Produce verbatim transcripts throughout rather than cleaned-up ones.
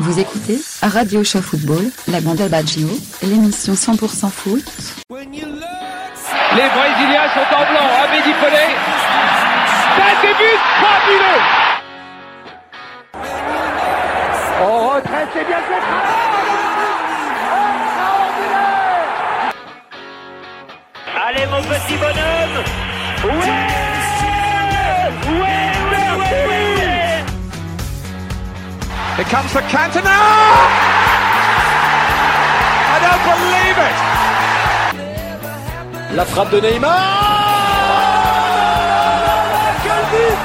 Vous écoutez Radio Show Football, la Banda Baggio, l'émission cent pour cent foot. Les Brésiliens sont en blanc, Abedi Pelé. C'est un début fabuleux. On retraite, c'est bien fait. Allez mon petit bonhomme. Ouais, ouais, ouais, ouais, ouais. Here comes the Cantona. I don't believe it. La frappe de Neymar. Quel but.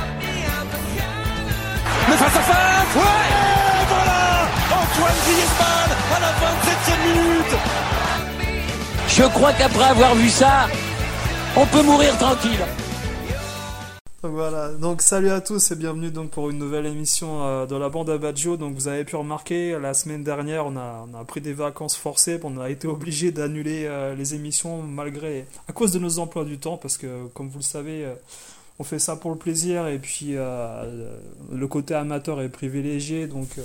Le face-à-face. Ouais. Et voilà Antoine Griezmann à la vingt-septième minute. Je crois qu'après avoir vu ça, on peut mourir tranquille. Donc voilà, donc salut à tous et bienvenue donc pour une nouvelle émission euh, de la Banda Baggio. Donc vous avez pu remarquer, la semaine dernière on a, on a pris des vacances forcées, on a été obligé d'annuler euh, les émissions malgré, à cause de nos emplois du temps, parce que comme vous le savez, euh, on fait ça pour le plaisir et puis euh, le côté amateur est privilégié, donc euh,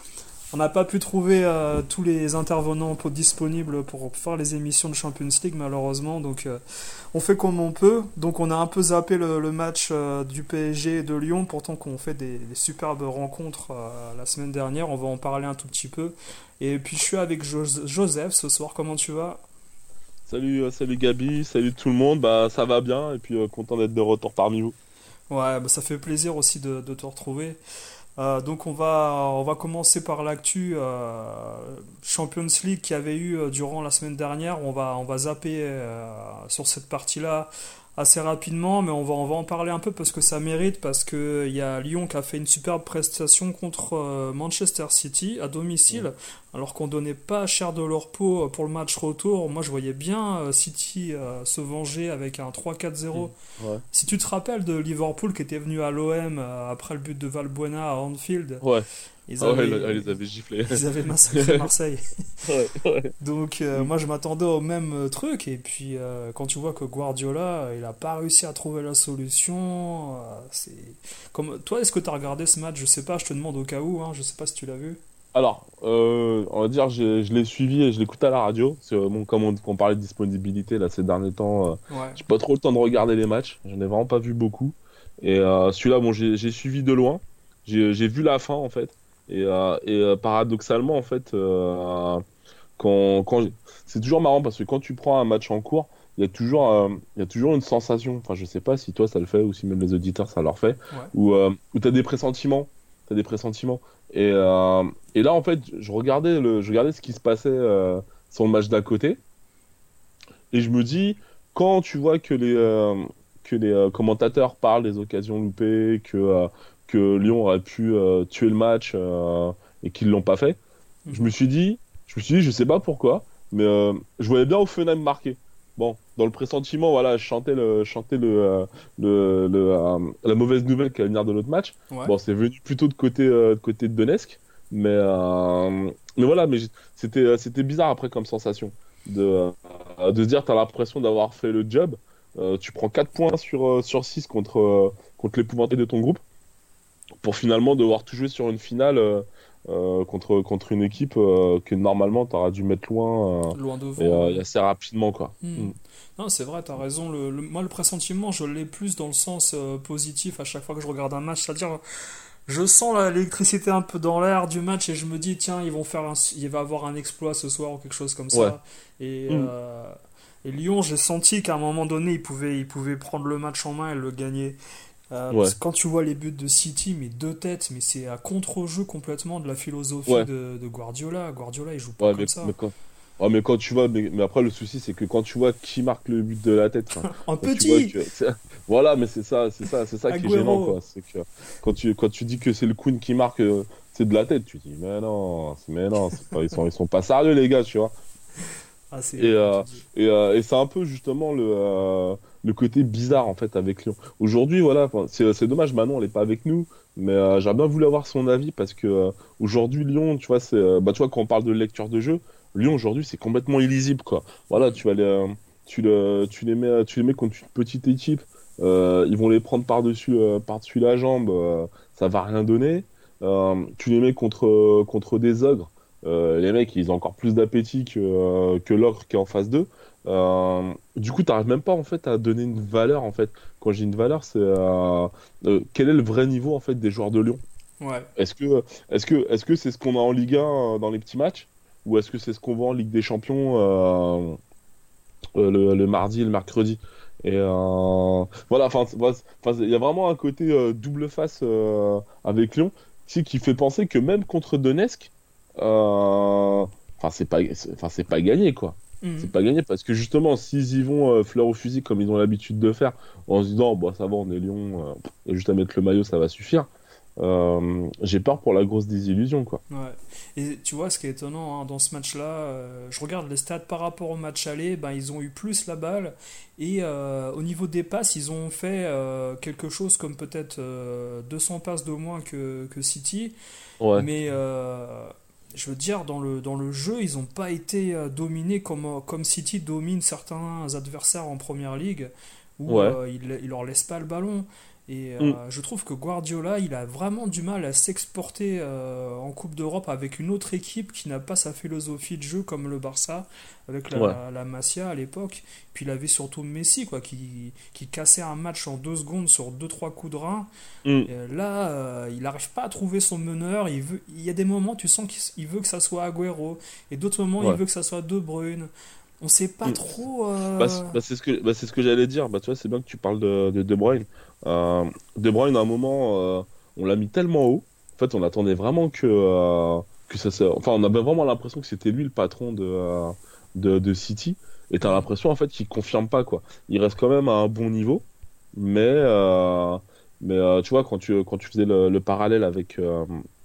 on n'a pas pu trouver euh, tous les intervenants pour, disponibles pour faire les émissions de Champions League malheureusement, donc euh, on fait comme on peut. Donc on a un peu zappé le, le match euh, du P S G et de Lyon, pourtant qu'on fait des, des superbes rencontres euh, la semaine dernière, on va en parler un tout petit peu. Et puis je suis avec jo- Joseph ce soir, comment tu vas ? Salut, euh, salut Gabi, salut tout le monde, bah ça va bien et puis euh, content d'être de retour parmi vous. Ouais, bah, ça fait plaisir aussi de, de te retrouver. Euh, donc on va, on va commencer par l'actu euh, Champions League qu'il y avait eu euh, durant la semaine dernière. On va, on va zapper euh, sur cette partie-là assez rapidement, mais on va, on va en parler un peu parce que ça mérite, parce qu'il y a Lyon qui a fait une superbe prestation contre euh, Manchester City à domicile, ouais. Alors qu'on donnait pas cher de leur peau pour le match retour. Moi je voyais bien euh, City euh, se venger avec un trois quatre zéro. Ouais. Si tu te rappelles de Liverpool qui était venu à l'O M euh, après le but de Valbuena à Anfield, ouais. Ils avaient, avaient, ah ouais, ils les avaient giflés. Ils avaient massacré Marseille. ouais, ouais. Donc euh, moi je m'attendais au même truc, et puis euh, quand tu vois que Guardiola il a pas réussi à trouver la solution, euh, c'est comme toi. Est-ce que tu as regardé ce match ? Je sais pas, je te demande au cas où, hein, je sais pas si tu l'as vu. Alors, euh, on va dire, je, je l'ai suivi et je l'écoute à la radio. C'est, bon, comme on, on parlait de disponibilité là ces derniers temps, euh, ouais. J'ai pas trop le temps de regarder les matchs. J'en ai vraiment pas vu beaucoup. Et euh, celui-là, bon, j'ai, j'ai suivi de loin. J'ai, j'ai vu la fin en fait. Et, euh, et euh, paradoxalement, en fait, euh, quand, quand c'est toujours marrant parce que quand tu prends un match en cours, il y a toujours, euh, il y a toujours une sensation. Enfin, je sais pas si toi ça le fait ou si même les auditeurs ça leur fait, ouais. Où, euh, où t'as des pressentiments, t'as des pressentiments. Et, euh, et là, en fait, je regardais le, je regardais ce qui se passait euh, sur le match d'à côté, et je me dis, quand tu vois que les, euh, que les euh, commentateurs parlent des occasions loupées, que euh, que Lyon aurait pu euh, tuer le match euh, et qu'ils l'ont pas fait. Mmh. Je me suis dit, je me suis dit, je sais pas pourquoi, mais euh, je voyais bien Offenheim marquer. Bon, dans le pressentiment, voilà, je chantais le, je chantais le, euh, le, le euh, la mauvaise nouvelle qui allait venir de l'autre match. Ouais. Bon, c'est venu plutôt de côté, euh, de côté de Donetsk, mais euh, mais voilà, mais c'était, c'était bizarre après comme sensation de, euh, de se dire, t'as l'impression d'avoir fait le job. Euh, tu prends quatre points sur euh, sur six contre euh, contre l'épouvanté de ton groupe, pour finalement devoir tout jouer sur une finale euh, euh, contre, contre une équipe euh, que normalement tu auras dû mettre loin, euh, loin devant, et, euh, ouais. et assez rapidement, quoi. Mmh. Mmh. Non, c'est vrai, tu as raison. Le, le, moi, le pressentiment, je l'ai plus dans le sens euh, positif à chaque fois que je regarde un match. C'est-à-dire, je sens la, l'électricité un peu dans l'air du match et je me dis, tiens, ils vont faire un, il va avoir un exploit ce soir ou quelque chose comme ça. Ouais. Et, mmh. euh, et Lyon, j'ai senti qu'à un moment donné, ils pouvaient, ils pouvaient prendre le match en main et le gagner. Euh, ouais. Parce que quand tu vois les buts de City, mais deux têtes, mais c'est à contre-jeu complètement de la philosophie ouais. de, de Guardiola. Guardiola, il joue pas ouais, comme mais, ça. Mais quand, ouais, mais quand tu vois, mais, mais après le souci c'est que quand tu vois qui marque le but de la tête, en petit. Que, voilà, mais c'est ça, c'est ça, c'est ça qui est gênant, quoi. C'est que quand tu quand tu dis que c'est le Kun qui marque, c'est de la tête, tu dis mais non, mais non, c'est pas, ils sont ils sont pas sérieux les gars, tu vois. Ah, c'est et, euh, et, euh, et c'est un peu justement le, euh, le côté bizarre en fait avec Lyon. Aujourd'hui, voilà, c'est, c'est dommage, Manon elle est pas avec nous, mais euh, j'aurais bien voulu avoir son avis parce que euh, aujourd'hui Lyon, tu vois, c'est, euh, bah tu vois quand on parle de lecture de jeu, Lyon aujourd'hui c'est complètement illisible, quoi. Voilà, tu vas les, euh, tu le, tu les mets, tu les mets contre une petite équipe, euh, ils vont les prendre par dessus, euh, par dessus la jambe, euh, ça va rien donner. euh, tu les mets contre, contre des ogres. Euh, les mecs, ils ont encore plus d'appétit que, euh, que l'ogre qui est en face d'eux. Euh, du coup, tu n'arrives même pas en fait à donner une valeur en fait. Quand j'ai une valeur, c'est euh, euh, quel est le vrai niveau en fait des joueurs de Lyon? Ouais. Est-ce que est-ce que est-ce que c'est ce qu'on a en Ligue un euh, dans les petits matchs ou est-ce que c'est ce qu'on voit en Ligue des Champions euh, euh, le, le mardi et le mercredi? Et euh, voilà, enfin, il y a vraiment un côté euh, double face euh, avec Lyon, qui, qui fait penser que même contre Donetsk, euh, enfin c'est pas, enfin c'est pas gagné quoi. Mmh. C'est pas gagné parce que justement, s'ils y vont euh, fleur au fusil comme ils ont l'habitude de faire, en se disant bon ça va, on est Lyon, euh, et juste à mettre le maillot, ça va suffire. Euh, j'ai peur pour la grosse désillusion quoi. Ouais. Et tu vois ce qui est étonnant hein, dans ce match là, euh, je regarde les stats par rapport au match aller, ben, ils ont eu plus la balle et euh, au niveau des passes ils ont fait euh, quelque chose comme peut-être euh, deux cents passes de moins que, que City, Ouais. mais euh, je veux dire dans le, dans le jeu ils n'ont pas été euh, dominés comme, comme City domine certains adversaires en première ligue où Ouais. euh, il, il leur laisse pas le ballon. Et euh, Mm. je trouve que Guardiola, il a vraiment du mal à s'exporter euh, en Coupe d'Europe avec une autre équipe qui n'a pas sa philosophie de jeu comme le Barça, avec la, Ouais. la Masia à l'époque. Puis il avait surtout Messi, quoi, qui, qui cassait un match en deux secondes sur deux trois coups de rein. Mm. Et là, euh, il n'arrive pas à trouver son meneur. Il, veut, il y a des moments, tu sens qu'il il veut que ça soit Agüero, et d'autres moments, il Ouais. veut que ça soit De Bruyne. On sait pas Mm. trop. Bah, euh, c'est bah, c'est ce que, bah, c'est ce que j'allais dire. Bah, tu vois, c'est bien que tu parles de, de De Bruyne. Euh, De Bruyne, à un moment, euh, on l'a mis tellement haut. En fait, on attendait vraiment que, euh, que ça se... Enfin, on avait vraiment l'impression que c'était lui le patron de, euh, de, de City. Et t'as Mm. l'impression, en fait, qu'il confirme pas, quoi. Il reste quand même à un bon niveau. Mais, euh, mais euh, tu vois, quand tu, quand tu faisais le, le parallèle avec, euh,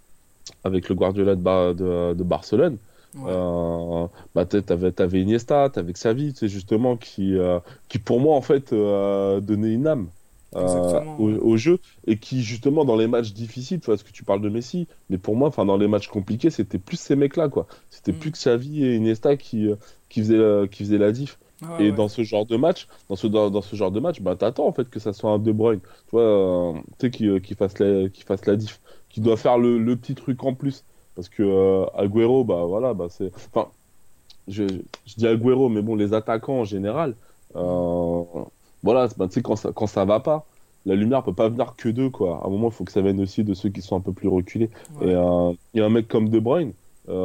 avec le Guardiola de, Bar- de, de Barcelone, Ouais, euh, bah, t'a- t'avais, t'avais Iniesta, t'avais Xavi, tu sais, justement, qui, euh, qui pour moi, en fait, euh, donnait une âme euh, exactement. au, Ouais. au jeu et qui, justement, dans les matchs difficiles, tu vois, parce que tu parles de Messi, mais pour moi, enfin, dans les matchs compliqués, c'était plus ces mecs-là, quoi. C'était plus Mm. Xavi et Iniesta qui, euh, qui faisaient, la- qui faisaient la diff. Ouais, Et ouais. dans ce genre de match, dans ce, dans, dans ce genre de match, bah, t'attends, en fait, que ça soit un De Bruyne, tu vois, euh, tu sais, qui, euh, qui fasse la, qui fasse la diff, qui doit faire le, le petit truc en plus. Parce que euh, Agüero, bah voilà, bah c'est. Enfin, je, je dis Agüero, mais bon, les attaquants en général, euh, voilà, c'est- bah, tu sais, quand ça, quand ça va pas, la lumière peut pas venir que d'eux, quoi. À un moment, il faut que ça vienne aussi de ceux qui sont un peu plus reculés. Et Ouais. euh, il y a un mec comme De Bruyne,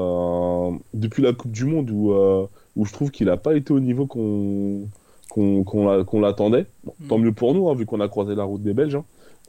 euh, depuis la Coupe du Monde, où, euh, où je trouve qu'il a pas été au niveau qu'on qu'on qu'on l'a- qu'on l'attendait. Bon, tant Mm. mieux pour nous, hein, vu qu'on a croisé la route des Belges. Hein.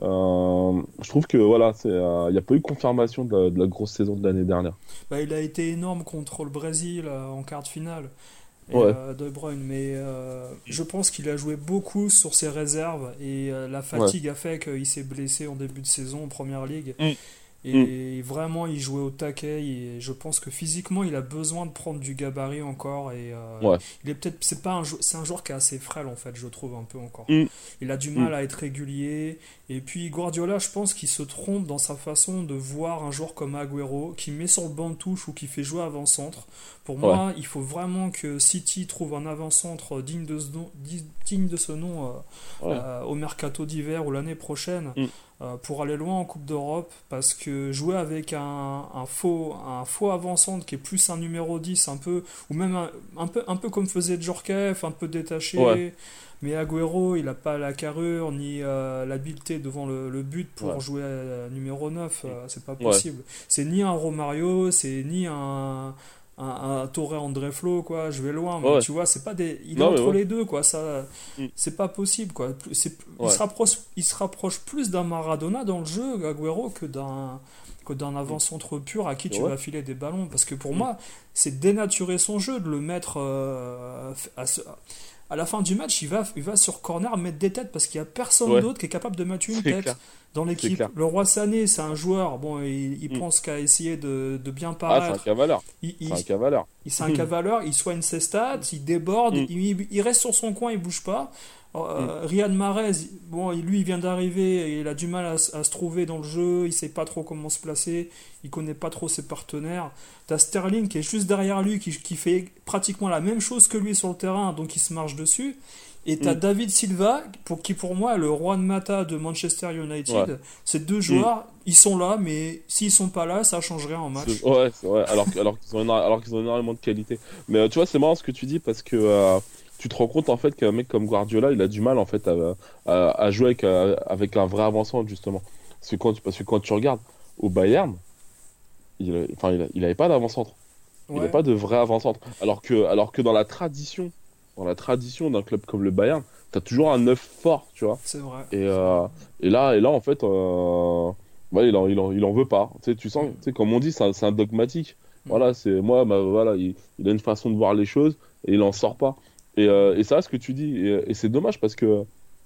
Euh, je trouve que voilà, c'est, euh, il n'y a pas eu confirmation de la, de la grosse saison de l'année dernière. Bah, il a été énorme contre le Brésil euh, en quart de finale, et, Ouais, euh, De Bruyne, mais euh, je pense qu'il a joué beaucoup sur ses réserves et euh, la ouais. fatigue a fait qu'il s'est blessé en début de saison en première ligue. Mm. Mm. Et vraiment, il jouait au taquet et je pense que physiquement, il a besoin de prendre du gabarit encore. Et euh, Ouais. il est peut-être, c'est pas un, jou- c'est un joueur qui est assez frêle en fait, je trouve un peu encore. Mm. Il a du Mm. mal à être régulier. Et puis Guardiola, je pense qu'il se trompe dans sa façon de voir un joueur comme Agüero qui met sur le banc de touche ou qui fait jouer avant-centre. Pour Ouais. moi, il faut vraiment que City trouve un avant-centre digne de ce nom, di- digne de ce nom euh, Ouais. euh, au mercato d'hiver ou l'année prochaine Mm. euh, pour aller loin en Coupe d'Europe, parce que jouer avec un, un faux un faux avant-centre qui est plus un numéro dix un peu, ou même un, un peu un peu comme faisait Djorkaeff, un peu détaché, Ouais. mais Agüero il a pas la carrure ni euh, l'habileté devant le, le but pour Ouais. jouer à numéro neuf, euh, c'est pas Ouais. possible. C'est ni un Romario, c'est ni un un, un Torre André Flo, quoi. Je vais loin, mais Ouais. tu vois, c'est pas des, il est Non, mais entre ouais. les deux, quoi. Ça, Mm. c'est pas possible, quoi. C'est, il Ouais. se rapproche, il se rapproche plus d'un Maradona dans le jeu, Agüero, que d'un que d'un avant-centre pur à qui tu Ouais. vas filer des ballons. Parce que pour Mm. moi, c'est dénaturer son jeu de le mettre euh, à, ce- à la fin du match, il va, il va sur corner mettre des têtes parce qu'il y a personne Ouais. d'autre qui est capable de mettre une C'est tête clair. dans C'est l'équipe. clair. Le Roi Sané, c'est un joueur, bon, il, il Mm. pense qu'à essayer de, de bien Ah, c'est un paraître. cavaleur. Il, il, C'est un cavaleur. il- c'est un cavaleur, il soigne ses stats, il déborde, Mm. il, il reste sur son coin, il bouge pas. Euh, Riyad Mahrez, bon, lui il vient d'arriver et il a du mal à, s- à se trouver dans le jeu, il sait pas trop comment se placer, il connaît pas trop ses partenaires. T'as Sterling qui est juste derrière lui, qui, qui fait pratiquement la même chose que lui sur le terrain, donc il se marche dessus. Et t'as Mm. David Silva, pour, qui pour moi est le Juan Mata de Manchester United. Ouais. Ces deux joueurs, ils sont là, mais s'ils sont pas là, ça change rien en match. C'est- Ouais, c'est vrai, alors, que- alors qu'ils ont, éno- alors qu'ils ont énormément de qualité. Mais euh, tu vois, c'est marrant ce que tu dis parce que euh, tu te rends compte en fait qu'un mec comme Guardiola, il a du mal en fait à, à, à jouer avec, euh, avec un vrai avant-centre justement. Parce que quand tu, parce que quand tu regardes au Bayern, il, a- enfin, il, a- il avait pas d'avant-centre. Il Ouais, n'avait pas de vrai avant-centre. Alors que, alors que dans la tradition, dans la tradition d'un club comme le Bayern, t'as toujours un neuf fort, tu vois. c'est vrai. Et, euh, et là, et là, en fait, euh, ouais, il en, il en, il en veut pas. Tu sais, tu sens, tu sais, comme on dit, c'est un, c'est un dogmatique. Mm. Voilà, c'est moi, bah, voilà, il, il a une façon de voir les choses et il en sort pas. Et, euh, et ça, ce que tu dis, et, et c'est dommage parce que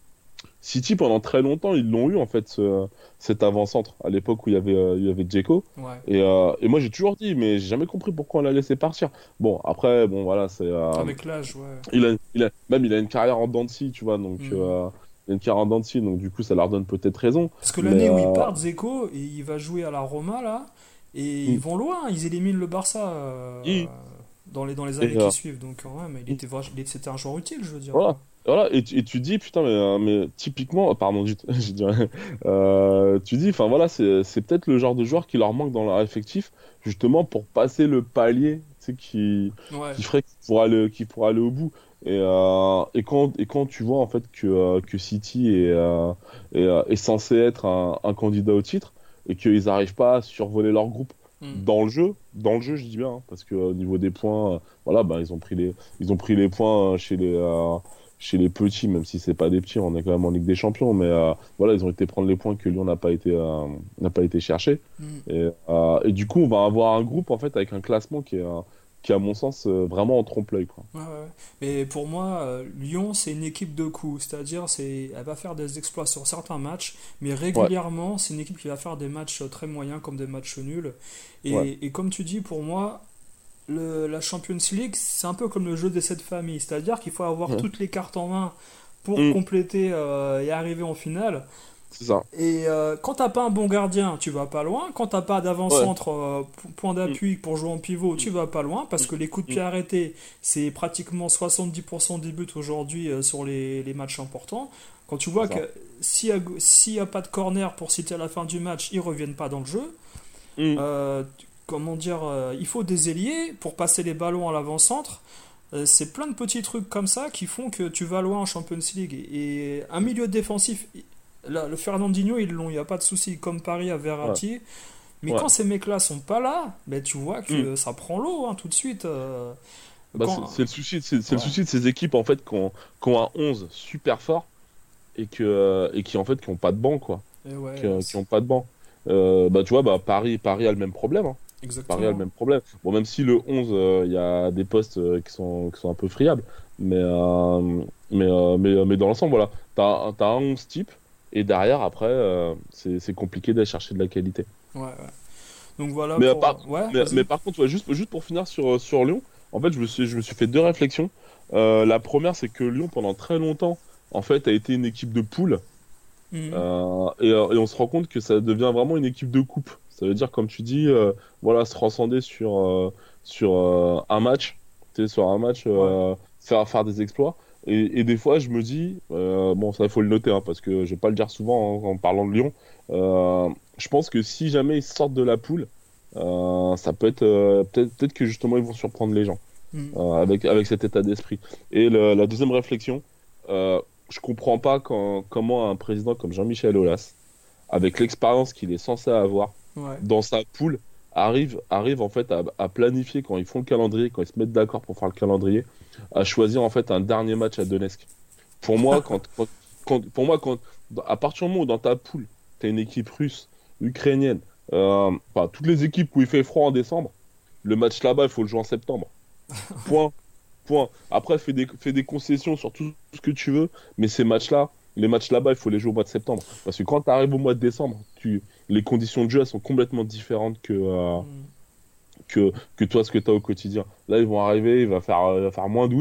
City, pendant très longtemps, ils l'ont eu en fait, ce- cet avant-centre à l'époque où il y avait, euh, il y avait Dzeko. Ouais. Et, euh, et moi, j'ai toujours dit, mais j'ai jamais compris pourquoi on l'a laissé partir. Bon, après, bon, voilà, c'est. euh, Avec l'âge, ouais. il a, il a, même il a une carrière en dents de scie, tu vois, donc Mm. euh, il a une carrière en dents de scie, donc du coup ça leur donne peut-être raison. Parce que Mais, l'année où il euh, part, Dzeko, et il va jouer à la Roma, là, et ils Mm. vont loin, ils éliminent le Barça euh, Mm. dans, les, dans les années Et, euh, qui suivent. Donc, ouais, mais il était, vra- il était- c'était un joueur utile, je veux dire. Voilà. Voilà, et tu, et tu dis, putain, mais, euh, mais typiquement, pardon, je, je dirais, euh, tu dis, enfin voilà, c'est c'est peut-être le genre de joueur qui leur manque dans leur effectif, justement pour passer le palier, tu sais, qui, Ouais. qui ferait qu'il pourra aller, qu'il pourra aller au bout. Et, euh, et, quand, et quand tu vois en fait que, euh, que City est, euh, est, euh, est censé être un, un candidat au titre et qu'ils n'arrivent pas à survoler leur groupe Mm. dans le jeu, dans le jeu, je dis bien, hein, parce que au niveau des points, euh, voilà, bah, ils ont pris les, ils ont pris les points euh, chez les, euh, chez les petits, même si c'est pas des petits, on est quand même en Ligue des Champions, mais euh, voilà, ils ont été prendre les points que Lyon n'a pas été, euh, n'a pas été chercher. Mm. Et, euh, et du coup, on va avoir un groupe en fait avec un classement qui est, euh, qui à mon sens euh, vraiment en trompe-l'œil, quoi. Ouais, ouais. Mais pour moi, euh, Lyon, c'est une équipe de coups. C'est-à-dire, c'est, elle va faire des exploits sur certains matchs, mais régulièrement, c'est une équipe qui va faire des matchs très moyens comme des matchs nuls. Et, Ouais. et comme tu dis, pour moi, le, la Champions League, c'est un peu comme le jeu des sept familles. C'est-à-dire qu'il faut avoir Ouais. toutes les cartes en main pour Mm. compléter euh, et arriver en finale. C'est ça. Et euh, quand t'as pas un bon gardien, tu vas pas loin. Quand t'as pas d'avant-centre, euh, p- point d'appui pour jouer en pivot, tu vas pas loin. Parce que les coups de pied arrêtés, c'est pratiquement soixante-dix pour cent des buts aujourd'hui euh, sur les, les matchs importants. Quand tu vois C'est ça. que s'il y a, s'il y a pas de corner pour citer à la fin du match, ils reviennent pas dans le jeu. Mm. Euh, comment dire, euh, il faut des ailiers pour passer les ballons à l'avant-centre. Euh, c'est plein de petits trucs comme ça qui font que tu vas loin en Champions League. Et, et un milieu défensif, là, le Fernandinho, ils l'ont, il n'y a pas de souci, comme Paris à Verratti. Mais Ouais. quand ces mecs-là sont pas là, ben, tu vois que ça prend l'eau hein, tout de suite. euh. Bah, Quand- c'est c'est le souci, c'est c'est Ouais. le souci de ces équipes en fait qui ont, qui ont un onze super fort et que euh, et qui en fait qui ont pas de banc quoi, Et ouais, qui, euh, c'est- qui ont pas de banc. Euh, bah tu vois bah Paris Paris a le même problème. Hein. exactement. Paris a le même problème. Bon même si le onze euh, il y a des postes euh, qui sont qui sont un peu friables, mais euh, mais, euh, mais mais dans l'ensemble voilà, t'as un- t'as un onze type et derrière après euh, c'est c'est compliqué d'aller chercher de la qualité. Ouais, ouais. Donc voilà. Mais, pour- par, ouais, mais, vas-y. mais par contre, ouais, juste, juste pour finir sur, sur Lyon, en fait, je me suis, je me suis fait deux réflexions. Euh, la première, c'est que Lyon, pendant très longtemps, en fait, a été une équipe de poule. Mhm. Euh, et, euh, et on se rend compte que ça devient vraiment une équipe de coupe. Ça veut dire, comme tu dis, euh, voilà, se transcender sur, euh, sur euh, un match, tu sais, sur un match, euh, faire, faire des exploits. Et, et des fois, je me dis, euh, bon, ça, il faut le noter, hein, parce que je vais pas le dire souvent hein, en parlant de Lyon. Euh, je pense que si jamais ils sortent de la poule, euh, ça peut être euh, peut-être peut-être que justement ils vont surprendre les gens Mhm. euh, avec avec cet état d'esprit. Et le- la deuxième réflexion, euh, je comprends pas quand, comment un président comme Jean-Michel Aulas, avec l'expérience qu'il est censé avoir Ouais. dans sa poule, arrive arrive en fait à, à planifier quand ils font le calendrier, quand ils se mettent d'accord pour faire le calendrier, à choisir en fait un dernier match à Donetsk. Pour moi, quand, quand, quand- pour moi quand à partir du moment où dans ta poule t'as une équipe russe, ukrainienne, euh, enfin toutes les équipes où il fait froid en décembre, le match là-bas il faut le jouer en septembre. Point. Point. Après, fais des, fais des concessions sur tout ce que tu veux, mais ces matchs-là, les matchs là-bas, il faut les jouer au mois de septembre. Parce que quand tu arrives au mois de décembre, tu, les conditions de jeu elles sont complètement différentes que, euh, Mhm. que, que toi, ce que tu as au quotidien. Là, ils vont arriver, il va faire, euh, il va faire moins douze.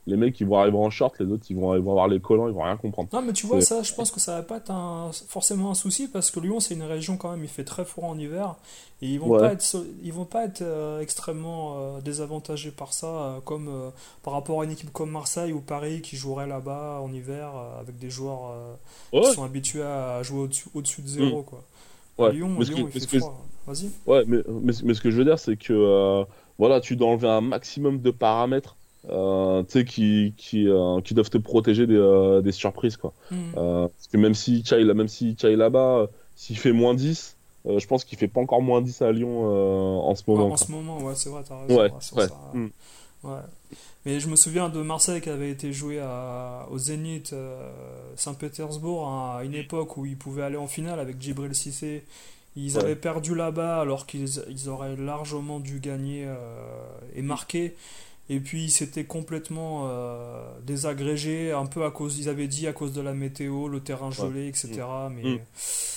les mecs ils vont arriver en short, les autres ils vont, ils vont avoir les collants, ils vont rien comprendre. Non mais tu vois, ça je pense que ça va pas être un, forcément un souci parce que Lyon c'est une région quand même, il fait très froid en hiver et ils vont Ouais. pas être ils vont pas être euh, extrêmement euh, désavantagés par ça euh, comme euh, par rapport à une équipe comme Marseille ou Paris qui jouerait là-bas en hiver euh, avec des joueurs euh, qui Ouais. sont habitués à jouer au-dessus, au-dessus de Mm. zéro quoi. Ouais. Lyon, Mais ce que, Lyon il mais fait ce que, froid. Vas-y. ouais, mais, mais, mais ce que je veux dire, c'est que euh, voilà, tu dois enlever un maximum de paramètres euh, tu sais, qui, qui, euh, qui doivent te protéger des, euh, des surprises, quoi. Hmm. Euh, parce que même si Chai, là, même si Chai là-bas, euh, s'il fait moins dix, euh, je pense qu'il fait pas encore moins dix à Lyon euh, en ce Ouais, moment, en quoi. ce moment, ouais, c'est vrai, t'as raison. Ouais, Ouais, sur ouais. ça. Mm. Ouais. Mais je me souviens de Marseille qui avait été joué à, au Zénith euh, Saint-Pétersbourg à une époque où ils pouvaient aller en finale avec Djibril Cissé. Ils Ouais. avaient perdu là-bas alors qu'ils ils auraient largement dû gagner euh, et marquer. Et puis ils s'étaient complètement euh, désagrégés, un peu à cause, ils avaient dit à cause de la météo, le terrain Ouais. gelé, et cetera. Mais Mm.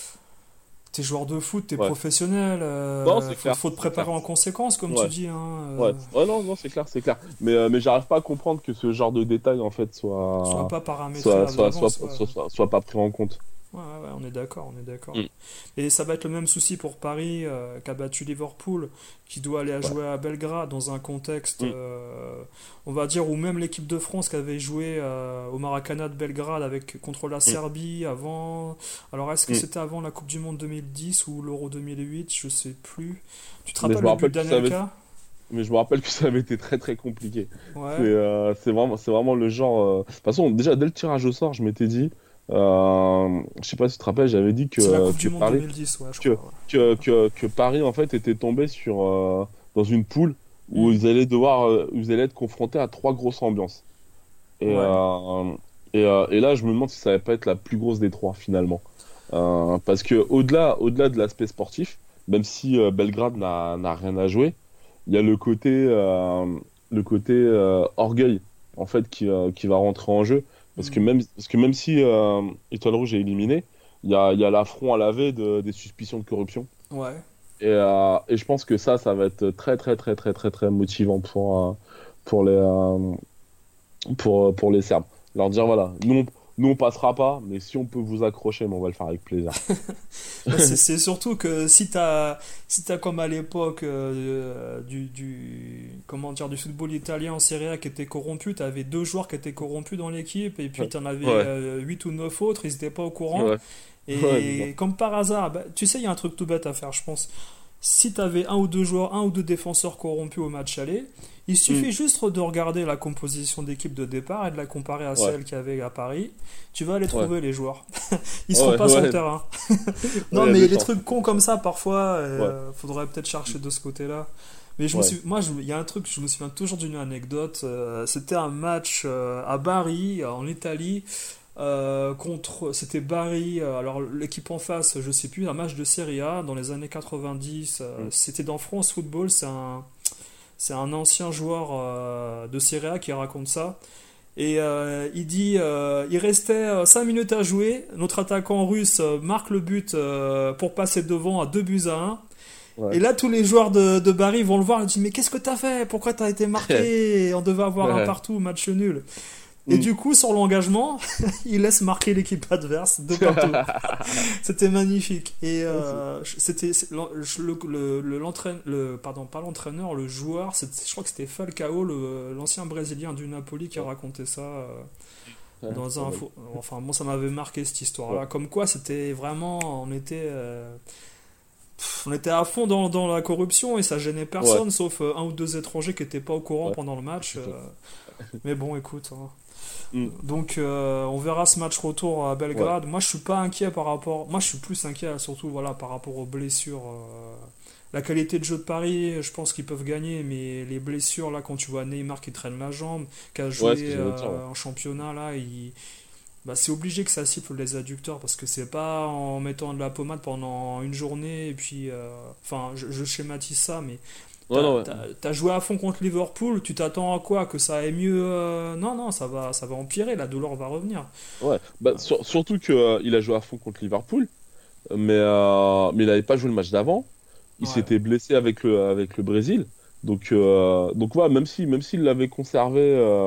t'es joueur de foot, t'es Ouais. professionnel, euh, Non, c'est faut, clair, faut te c'est préparer clair. en conséquence, comme tu Ouais. dis. Hein, Ouais. euh, Ouais, non, non, c'est clair, c'est clair. Mais, euh, mais j'arrive pas à comprendre que ce genre de détail, en fait, soit soit, pas paramétré soit, à soit, soit, l'avance. Ouais. soit, soit, soit pas pris en compte. Ouais, ouais, ouais, on est d'accord, on est d'accord. Mm. Et ça va être le même souci pour Paris, euh, qui a battu Liverpool, qui doit aller à Ouais. jouer à Belgrade dans un contexte, Mm. euh, on va dire, où même l'équipe de France qui avait joué euh, au Maracana de Belgrade avec, contre la Serbie avant. Alors, est-ce que Mm. c'était avant la Coupe du Monde deux mille dix ou l'Euro deux mille huit? Je sais plus. Tu te Mais je rappelles me le but rappelle que ça avait, d'Anelka? mais je me rappelle que ça avait été très très compliqué. C'est Ouais. euh, c'est vraiment, c'est vraiment le genre. euh, De toute façon, déjà dès le tirage au sort, je m'étais dit, euh, je sais pas si tu te rappelles, j'avais dit que, C'est la euh, Coupe que du Monde Paris, deux mille dix, ouais, je que, crois. Ouais. que, que, que Paris en fait était tombé sur euh, dans une poule où Mm. ils allaient devoir, euh, où ils allaient être confrontés à trois grosses ambiances. Et, Ouais. euh, et, euh, et là, je me demande si ça va pas être la plus grosse des trois finalement. Euh, parce que au-delà, au-delà de l'aspect sportif, même si euh, Belgrade n'a n'a rien à jouer, il y a le côté, euh, le côté euh, orgueil en fait qui, euh, qui va rentrer en jeu. Parce que Mm. même, parce que même si euh, Étoile Rouge est éliminé, il y a, il y a l'affront à laver de, des suspicions de corruption. Ouais. Et, euh, et je pense que ça, ça va être très très très très très très motivant pour, euh, pour les, euh, pour, pour les Serbes. Leur dire voilà, nous on, nous on passera pas, mais si on peut vous accrocher, mais on va le faire avec plaisir. Ouais, c'est c'est surtout que si t'as si t'as comme à l'époque euh, du, du comment dire du football italien en Serie A qui était corrompu, t'avais deux joueurs qui étaient corrompus dans l'équipe et puis Ouais. t'en avais Ouais. euh, huit ou neuf autres, ils étaient pas au courant. Ouais. Et Ouais, c'est ça. comme par hasard, bah, tu sais, il y a un truc tout bête à faire, je pense. Si t'avais un ou deux joueurs, un ou deux défenseurs corrompus au match aller, il suffit juste de regarder la composition d'équipe de départ et de la comparer à Ouais. celle qu'il y avait à Paris. Tu vas les Ouais. trouver, les joueurs. Ils seront Ouais, pas sur le ouais. terrain. Ouais, Non, il y a mais des les chances. trucs cons comme ça, parfois, euh, faudrait peut-être chercher de ce côté-là. Mais je me Ouais. suis, moi, je- il y a un truc, je me souviens toujours d'une anecdote. euh, c'était un match euh, à Bari, en Italie, euh, contre, c'était Bari. euh, alors l'équipe en face, je sais plus, un match de Serie A dans les années quatre-vingt-dix. euh, Mm. C'était dans France Football. C'est un, c'est un ancien joueur euh, de Serie A qui raconte ça. Et euh, il dit, euh, il restait cinq minutes à jouer. Notre attaquant russe euh, marque le but euh, pour passer devant à deux buts à un. Ouais. Et là, tous les joueurs de, de Bari vont le voir et disent, mais qu'est-ce que t'as fait? Pourquoi t'as été marqué? Et on devait avoir un Ouais. partout, match nul. Et Mm. du coup, sur l'engagement, il laisse marquer l'équipe adverse de partout. C'était magnifique. Et euh, c'était c'est- l'en- le, le, le, l'entraîne- le- pardon, pas l'entraîneur, le joueur, c'est- je crois que c'était Falcao, le- l'ancien Brésilien du Napoli, qui a raconté ça euh, Ouais, dans c'est un. vrai. fo- Enfin, moi, ça m'avait marqué cette histoire-là. Ouais. Comme quoi, c'était vraiment. On était. euh, pff, on était à fond dans, dans la corruption et ça gênait personne, sauf euh, un ou deux étrangers qui n'étaient pas au courant Ouais. pendant le match. euh. Mais bon, écoute. Hein. Mm. Donc euh, on verra ce match retour à Belgrade. Moi je suis pas inquiet par rapport. Moi je suis plus inquiet surtout voilà par rapport aux blessures. euh, La qualité de jeu de Paris, je pense qu'ils peuvent gagner, mais les blessures là quand tu vois Neymar qui traîne la jambe, qui a joué Ouais, ce que j'allais dire, euh, ouais. en championnat là, il... bah, c'est obligé que ça siffle les adducteurs parce que c'est pas en mettant de la pommade pendant une journée et puis euh, enfin je, je schématise ça mais Ouais, T'as, non, ouais. t'as- t'as joué à fond contre Liverpool, tu t'attends à quoi? Que ça aille mieux? euh, Non, non, ça va, ça va empirer, la douleur va revenir. Ouais. Bah, sur- surtout que euh, il a joué à fond contre Liverpool, mais, euh, mais il n'avait pas joué le match d'avant. Il Ouais. s'était blessé avec le, avec le Brésil. Donc, euh, donc voilà, même si, même s'il l'avait conservé euh,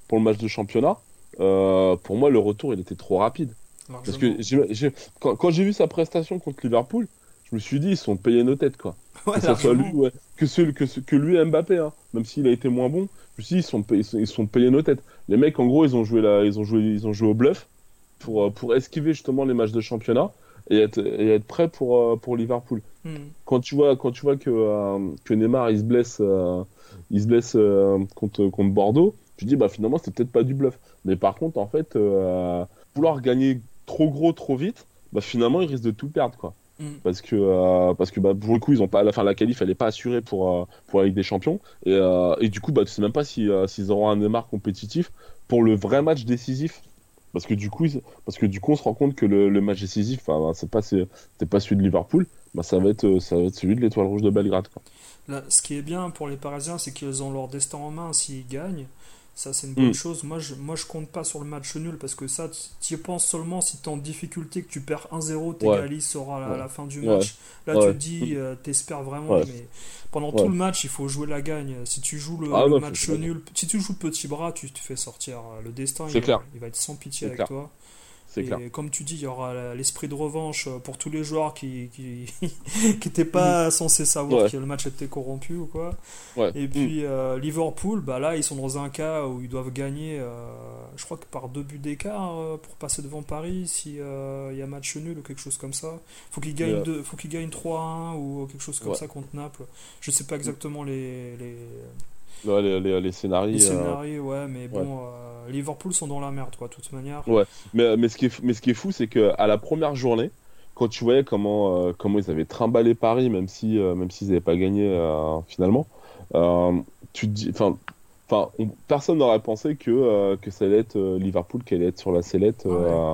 pour le match de championnat, euh, pour moi, le retour, il était trop rapide. Largement. Parce que j'ai, j'ai, quand, quand j'ai vu sa prestation contre Liverpool, je me suis dit, ils sont payés nos têtes, quoi. Ouais, que ça soit lui, ouais, que, ce, que, ce, que lui et Mbappé, hein, même s'il a été moins bon, je me suis dit, ils sont, ils sont, ils sont payés nos têtes. Les mecs, en gros, ils ont joué, la, ils ont joué, ils ont joué au bluff pour, pour esquiver justement les matchs de championnat et être, et être prêts pour, pour Liverpool. Mm. Quand tu vois, quand tu vois que, euh, que Neymar, il se blesse, euh, il se blesse euh, contre, contre Bordeaux, tu te dis, bah, finalement, c'était peut-être pas du bluff. Mais par contre, en fait, euh, vouloir gagner trop gros, trop vite, bah, finalement, ils risquent de tout perdre, quoi. Parce que, euh, parce que bah, pour le coup, ils ont pas, à la fin, la qualif, elle n'est pas assurée pour, euh, pour la Ligue des Champions. Et, euh, et du coup, bah, tu sais même pas si, euh, s'ils auront un Neymar compétitif pour le vrai match décisif. Parce que du coup, ils, parce que du coup on se rend compte que le, le match décisif, bah, c'est pas, c'est, c'est pas celui de Liverpool, bah, ça, va être, ça va être celui de l'Étoile Rouge de Belgrade, quoi. Là, ce qui est bien pour les Parisiens, c'est qu'ils ont leur destin en main s'ils gagnent. Ça, c'est une bonne mm. chose. Moi je, moi, je compte pas sur le match nul parce que ça, tu y penses seulement si tu es en difficulté, que tu perds un zéro, tu égalises ouais. à la, ouais. la fin du match. Ouais. Là, ouais. tu te dis, euh, t'espères vraiment, ouais. mais pendant ouais. tout le match, il faut jouer la gagne. Si tu joues le, ah, le ouais, match nul, si tu joues petit bras, tu te fais sortir. Le destin, il, il va être sans pitié c'est avec clair. toi. C'est et clair. Comme tu dis, il y aura l'esprit de revanche pour tous les joueurs qui qui n'étaient pas mmh. censés savoir ouais. que le match était corrompu ou quoi. Ouais. Et puis mmh. euh, Liverpool, bah là ils sont dans un cas où ils doivent gagner, euh, je crois que par deux buts d'écart euh, pour passer devant Paris si il euh, y a match nul ou quelque chose comme ça. Faut qu'ils gagnent, yeah. faut qu'ils gagnent trois à un ou quelque chose comme ouais. ça contre Naples. Je sais pas exactement les les Ouais, les, les, les scénarios. Les scénarios, euh... ouais, mais bon, ouais. euh, Liverpool sont dans la merde, quoi, de toute manière. Ouais, mais, mais, ce, qui est, mais ce qui est fou, c'est qu'à la première journée, quand tu voyais comment, euh, comment ils avaient trimballé Paris, même si, euh, même s'ils n'avaient pas gagné euh, finalement, euh, tu te dis, enfin, personne n'aurait pensé que, euh, que ça allait être euh, Liverpool qui allait être sur la sellette. Euh, ouais.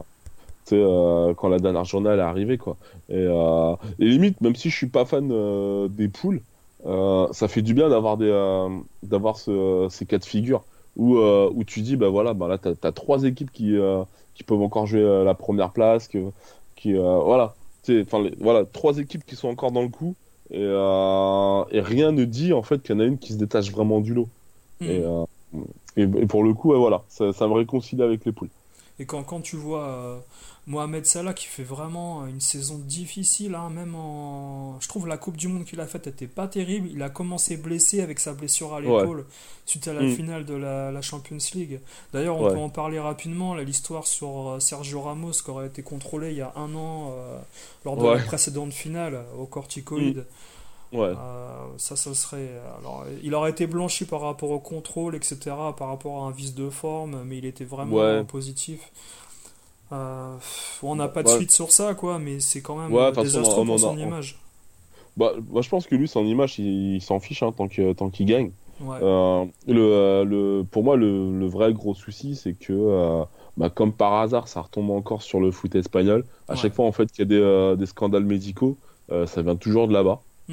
Euh, quand la dernière journée elle est arrivée, quoi. Et, euh, et limite, même si je suis pas fan euh, des poules, Euh, ça fait du bien d'avoir des euh, d'avoir ce, ces cas de figure où euh, où tu dis bah voilà bah là t'as, t'as trois équipes qui euh, qui peuvent encore jouer euh, la première place que qui euh, voilà enfin voilà trois équipes qui sont encore dans le coup et euh, et rien ne dit en fait qu'il y en a une qui se détache vraiment du lot. Mmh. et, euh, et et pour le coup ouais, voilà ça, ça me réconcilie avec les poules. Et quand quand tu vois euh... Mohamed Salah qui fait vraiment une saison difficile, hein, même en... Je trouve la Coupe du Monde qu'il a faite n'était pas terrible. Il a commencé blessé avec sa blessure à l'épaule ouais. suite à la mmh. finale de la, la Champions League. D'ailleurs, on ouais. peut en parler rapidement. Là, l'histoire sur Sergio Ramos qui aurait été contrôlé il y a un an euh, lors de ouais. la précédente finale au corticoïde. Mmh. Ouais. Euh, ça, ça serait. Alors, il aurait été blanchi par rapport au contrôle, et cetera, par rapport à un vice de forme, mais il était vraiment ouais. positif. Euh, on n'a pas de ouais. suite sur ça, quoi, mais c'est quand même ouais, désastreux pour son image. Bah, moi, je pense que lui, son image, il, il s'en fiche hein, tant, que, tant qu'il gagne. Ouais. Euh, le, le, pour moi, le, le vrai gros souci, c'est que, euh, bah, comme par hasard, ça retombe encore sur le foot espagnol. À ouais. chaque fois, en fait, qu'il y a des, euh, des scandales médicaux, euh, ça vient toujours de là-bas. Mmh.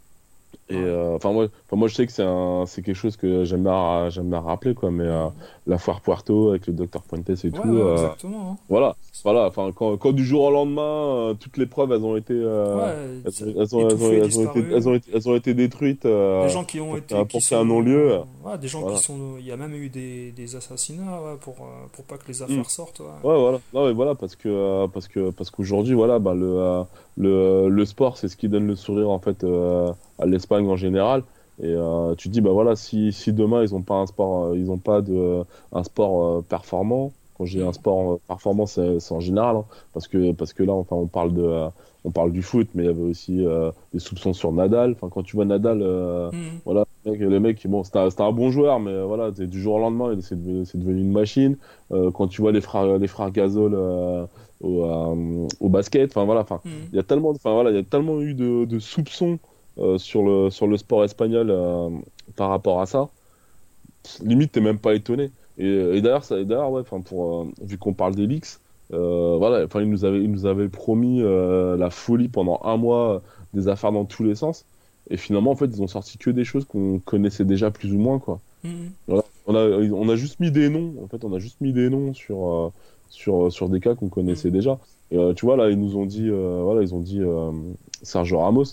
Et enfin ouais. euh, moi, moi je sais que c'est un c'est quelque chose que j'aime bien j'aime bien rappeler quoi, mais euh, la foire Puerto avec le docteur Fuentes et ouais, tout ouais, euh, exactement, hein. voilà voilà enfin quand, quand du jour au lendemain euh, toutes les preuves elles ont été euh, ouais, elles, elles, ont, elles, ont, elles, ont été, elles ont été elles ont été détruites euh, des gens qui ont pour, été pour faire un non-lieu ouais, des gens voilà. qui sont il y a même eu des, des assassinats ouais, pour pour pas que les affaires mmh. sortent ouais. ouais voilà non mais voilà parce que parce que parce qu'aujourd'hui voilà bah le euh, le le sport c'est ce qui donne le sourire en fait euh, à l'Espagne en général. Et euh, tu te dis bah voilà si, si demain ils ont pas un sport euh, ils ont pas de un sport euh, performant. Quand j'ai un sport euh, performant c'est, c'est en général hein, parce que parce que là enfin on parle de euh, on parle du foot mais il y avait aussi euh, des soupçons sur Nadal. Enfin quand tu vois Nadal euh, mmh. voilà le mec, le mec bon c'était un, c'était un bon joueur mais voilà du jour au lendemain c'est devenu, c'est devenu une machine. Euh, quand tu vois les frères les frères Gasol euh, au, euh, au basket enfin voilà enfin il mmh. y a tellement enfin voilà il y a tellement eu de, de soupçons Euh, sur le sur le sport espagnol euh, par rapport à ça, limite t'es même pas étonné. Et, et d'ailleurs ça, et d'ailleurs ouais, enfin pour euh, vu qu'on parle des leaks, euh, voilà, enfin ils nous avaient ils nous avaient promis euh, la folie pendant un mois, des affaires dans tous les sens. Et finalement en fait ils ont sorti que des choses qu'on connaissait déjà plus ou moins quoi. Mmh. Voilà, on a on a juste mis des noms en fait on a juste mis des noms sur euh, sur sur des cas qu'on connaissait mmh. déjà. Et euh, tu vois là ils nous ont dit euh, voilà ils ont dit euh, Sergio Ramos.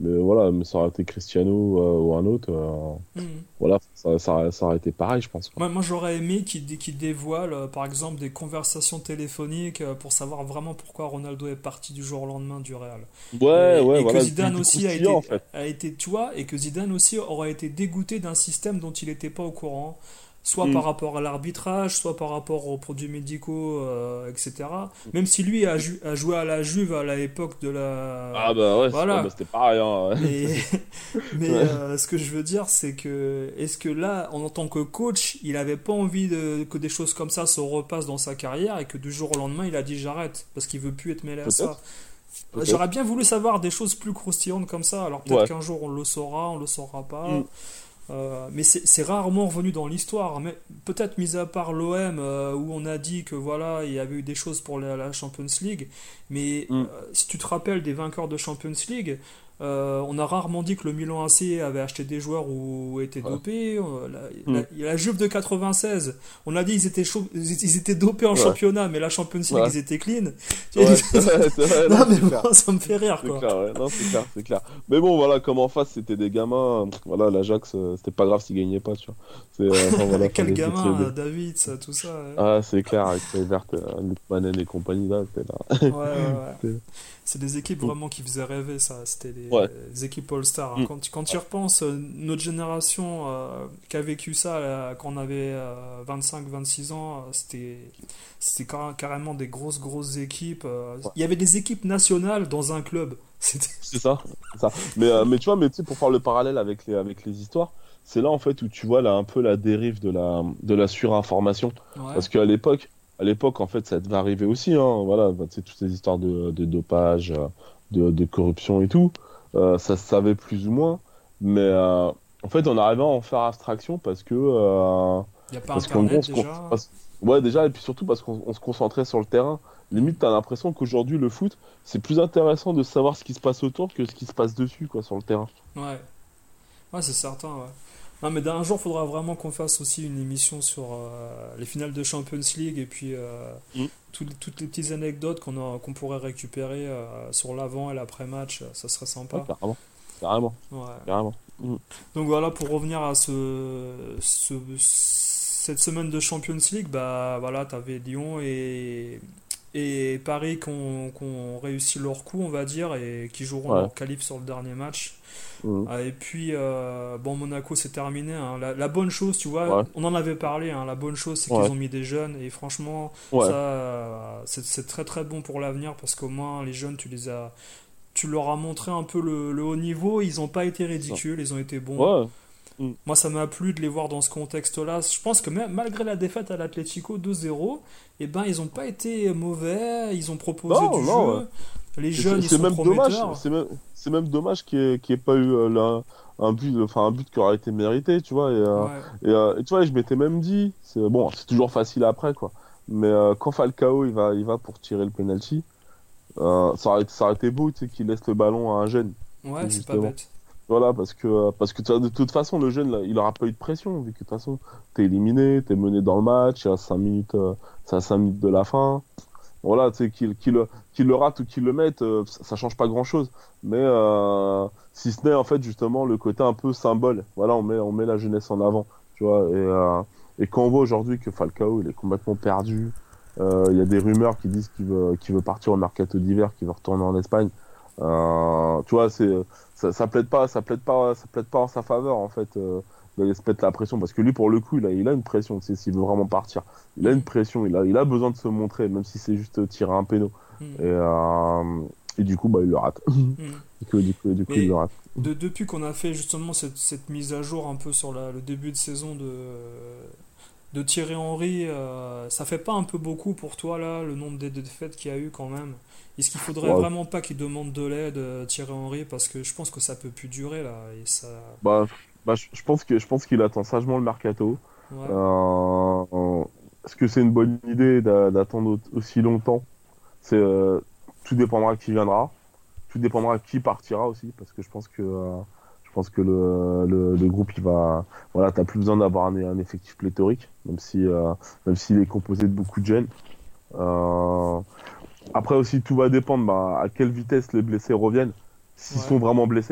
mais voilà, mais ça aurait été Cristiano euh, ou un autre, euh, mmh. voilà, ça, ça, ça aurait été pareil, je pense. Quoi. Moi, moi, j'aurais aimé qu'il, qu'il dévoile, euh, par exemple, des conversations téléphoniques euh, pour savoir vraiment pourquoi Ronaldo est parti du jour au lendemain du Real. Ouais, et, ouais, et voilà. que Zidane aussi a été, en fait. a été, tu vois, et que Zidane aussi aurait été dégoûté d'un système dont il n'était pas au courant. Soit mm. par rapport à l'arbitrage, soit par rapport aux produits médicaux, euh, et cetera. Même si lui a, ju- a joué à la Juve à l'époque de la... Ah bah ouais, voilà. c'est, bah c'était pareil. Hein, ouais. Mais, mais ouais. euh, ce que je veux dire, c'est que... Est-ce que là, en tant que coach, il n'avait pas envie de, que des choses comme ça se repassent dans sa carrière et que du jour au lendemain, il a dit j'arrête parce qu'il veut plus être mêlé à peut-être. ça. Peut-être. J'aurais bien voulu savoir des choses plus croustillantes comme ça. Alors peut-être ouais. qu'un jour on le saura, on le saura pas. Mm. Euh, mais c'est, c'est rarement revenu dans l'histoire. Mais peut-être mis à part l'O M euh, où on a dit que voilà il y avait eu des choses pour la, la Champions League. Mais mm. euh, si tu te rappelles des vainqueurs de Champions League, euh, on a rarement dit que le Milan A C avait acheté des joueurs ou étaient ouais. dopés. Euh, la, mm. la, la Juve de quatre-vingt-seize, on a dit ils étaient chaud, ils étaient dopés en ouais. championnat, mais la Champions League ouais. ils étaient clean. Ouais, c'est vrai, c'est vrai, non, non, mais c'est moi, clair. ça me fait rire c'est quoi. Clair, ouais. Non, c'est clair, c'est clair. Mais bon, voilà, comme en face c'était des gamins, voilà, l'Ajax, c'était pas grave s'ils gagnaient pas, tu vois. C'est, euh, enfin, voilà, quel gamin, euh, David, ça, tout ça. Ouais. Ah, c'est clair, avec Kluivert, Luc Manen et compagnie là, c'était là. Ouais, ouais, ouais. C'était... C'est des équipes vraiment qui faisaient rêver, ça. C'était des, ouais. des équipes All-Star. Hein. Mm. Quand, quand tu y repenses, notre génération euh, qui a vécu ça là, quand on avait euh, vingt-cinq vingt-six ans, c'était, c'était car- carrément des grosses, grosses équipes. Euh, ouais. Il y avait des équipes nationales dans un club. C'était... C'est ça. C'est ça. Mais, euh, mais tu vois, mais, tu sais, pour faire le parallèle avec les, avec les histoires, c'est là en fait où tu vois là, un peu la dérive de la, de la surinformation. Ouais. Parce qu'à l'époque, À l'époque, en fait, ça devait arriver aussi, hein, voilà, tu sais, toutes ces histoires de, de dopage, de, de corruption et tout, euh, ça se savait plus ou moins, mais euh, en fait, on arrivait à en faire abstraction parce que... Euh, Il n'y a pas parce Internet, qu'en gros, déjà on, parce, Ouais, déjà, et puis surtout parce qu'on on se concentrait sur le terrain. Limite, t'as l'impression qu'aujourd'hui, le foot, c'est plus intéressant de savoir ce qui se passe autour que ce qui se passe dessus, quoi, sur le terrain. Ouais, ouais, c'est certain, ouais. Non, mais d'un jour, il faudra vraiment qu'on fasse aussi une émission sur euh, les finales de Champions League et puis euh, mm. tout, toutes les petites anecdotes qu'on, a, qu'on pourrait récupérer euh, sur l'avant et l'après-match. Ça serait sympa. Ouais, carrément. Carrément. Ouais. Carrément. Mm. Donc voilà, pour revenir à ce, ce, cette semaine de Champions League, bah, voilà, tu avais Lyon et, et Paris qui ont, qui ont réussi leur coup, on va dire, et qui joueront ouais. leur qualif sur le dernier match. Mmh. Et puis euh, bon, Monaco c'est terminé, hein. la, la bonne chose, tu vois, ouais. on en avait parlé, hein. La bonne chose c'est ouais. qu'ils ont mis des jeunes et franchement ouais. ça euh, c'est, c'est très très bon pour l'avenir parce qu'au moins les jeunes tu les as tu leur as montré un peu le, le haut niveau, ils n'ont pas été ridicules, ils ont été bons. Mmh. Moi ça m'a plu de les voir dans ce contexte là. Je pense que même, malgré la défaite à l'Atlético deux zéro, et eh ben, ils n'ont pas été mauvais, ils ont proposé non, du non, jeu ouais. Les jeunes, c'est, ils c'est sont même prometteurs. Dommage, c'est, même, c'est même dommage qu'il n'y ait, qu'il ait pas eu euh, là, un, but, enfin, un but qui aurait été mérité, tu vois. Et, euh, ouais. et, euh, et tu vois, je m'étais même dit, c'est, bon, c'est toujours facile après, quoi. Mais euh, quand Falcao il va, il va pour tirer le penalty, euh, ça, aurait, ça aurait été beau, tu sais, qu'il laisse le ballon à un jeune. Ouais, c'est pas bête. Voilà, parce que, parce que de toute façon, le jeune, là, il n'aura pas eu de pression, vu que de toute façon, t'es éliminé, t'es mené dans le match, à cinq minutes, euh, c'est à cinq minutes de la fin. Voilà, tu sais, qu'il, qu'il, qu'il le rate ou qu'il le mette, euh, ça, ça change pas grand chose. Mais euh, si ce n'est en fait justement le côté un peu symbole. Voilà, on met, on met la jeunesse en avant, tu vois. Et, euh, et quand on voit aujourd'hui que Falcao, il est complètement perdu, il euh, y a des rumeurs qui disent qu'il veut, qu'il veut partir au mercato d'hiver, qu'il veut retourner en Espagne. Euh, tu vois, c'est, ça, ça plaide pas, ça plaide pas, ça plaide pas en sa faveur en fait. Euh, de se mettre la pression parce que lui pour le coup il a, il a une pression, tu sais, s'il veut vraiment partir il a une pression, il a, il a besoin de se montrer même si c'est juste tirer un péno mm. et, euh, et du coup bah, il le rate mm. du coup, du coup, du coup il le rate de, depuis qu'on a fait justement cette, cette mise à jour un peu sur la, le début de saison de, de Thierry Henry, euh, ça fait pas un peu beaucoup pour toi là le nombre de défaites qu'il y a eu quand même? Est-ce qu'il faudrait ouais. vraiment pas qu'il demande de l'aide euh, Thierry Henry parce que je pense que ça peut plus durer là et ça bah Bah, je, je pense que je pense qu'il attend sagement le mercato. Ouais. Euh, est-ce que c'est une bonne idée d'a, d'attendre aussi longtemps? C'est euh, tout dépendra qui viendra, tout dépendra qui partira aussi, parce que je pense que euh, je pense que le, le, le groupe il va, voilà, t'as plus besoin d'avoir un, un effectif pléthorique, même si euh, même s'il est composé de beaucoup de jeunes. Euh, après aussi tout va dépendre bah, à quelle vitesse les blessés reviennent, s'ils ouais. sont vraiment blessés.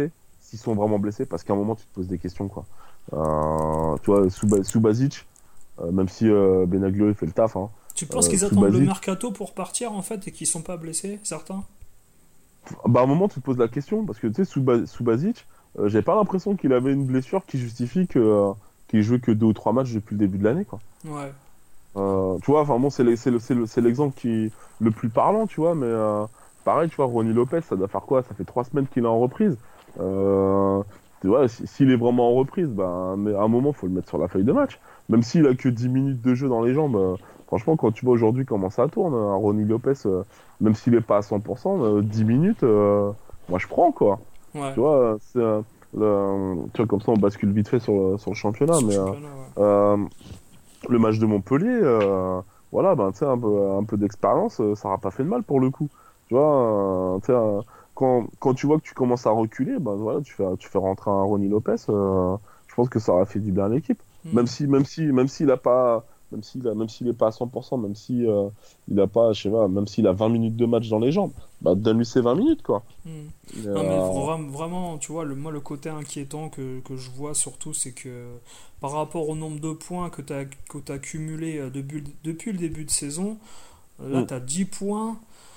s'ils sont vraiment blessés, parce qu'à un moment tu te poses des questions quoi. Euh, tu vois, Subasic, euh, même si euh, Benaglio il fait le taf. Hein, tu penses euh, qu'ils attendent Subasic, le mercato pour partir en fait et qu'ils sont pas blessés, certains? Bah à un moment tu te poses la question parce que tu sais Suba, Subasic, euh, j'ai pas l'impression qu'il avait une blessure qui justifie que euh, qu'il jouait que deux ou trois matchs depuis le début de l'année quoi. Ouais. Euh, tu vois, enfin bon, c'est, le, c'est, le, c'est, le, c'est l'exemple qui le plus parlant, tu vois, mais euh, pareil, tu vois, Ronny Lopez, ça doit faire quoi? Ça fait trois semaines qu'il est en reprise. Euh, tu vois, s'il est vraiment en reprise, bah, mais à un moment, faut le mettre sur la feuille de match. Même s'il a que dix minutes de jeu dans les jambes, euh, franchement, quand tu vois aujourd'hui comment ça tourne, hein, Ronny Lopez, euh, même s'il est pas à cent pour cent, euh, dix minutes, euh, moi je prends, quoi. Ouais. Tu vois, c'est, euh, le, tu vois, comme ça, on bascule vite fait sur le, sur le championnat, Sur mais... le championnat, euh, ouais. euh, le match de Montpellier, euh, voilà, ben, tu sais, un peu, un peu d'expérience, euh, ça n'aura pas fait de mal pour le coup. Tu vois, euh, tu sais, euh, quand, quand tu vois que tu commences à reculer, ben, voilà, tu, fais, tu fais rentrer un Ronny Lopez, euh, je pense que ça aura fait du bien à l'équipe. Mm. Même si, même si, même s'il a pas, même s'il a, même s'il est pas à cent pour cent, même si euh, il a pas, je sais pas, même s'il a vingt minutes de match dans les jambes, bah, donne-lui ses vingt minutes, quoi. Mm. Et, non, mais euh, vra- vraiment, tu vois, le, moi, le côté inquiétant que, que je vois surtout, c'est que par rapport au nombre de points que tu as que tu as cumulé euh, depuis, depuis le début de saison, là, Mm. tu as dix points.